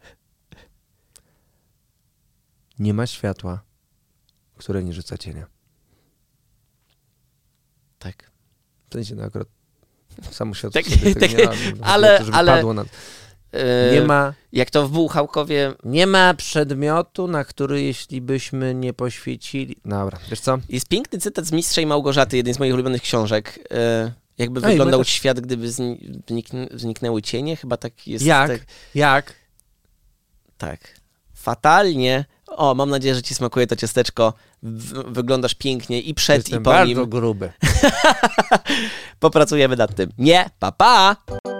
Nie ma światła, które nie rzuca cienia. Tak. W sensie, no akurat samo światło Tak, sobie tego nie robi, ale nie ma... Jak to w Bułchałkowie... Nie ma przedmiotu, na który jeśli byśmy nie poświecili... Dobra, wiesz co? Jest piękny cytat z Mistrza i Małgorzaty, jednej z moich ulubionych książek. Jakby wyglądał świat, gdyby zniknęły cienie? Chyba tak jest. Jak? Tak. Fatalnie. O, mam nadzieję, że ci smakuje to ciasteczko. Wyglądasz pięknie i przed, Jestem i po nim. bardzo gruby. Popracujemy nad tym. Nie, pa!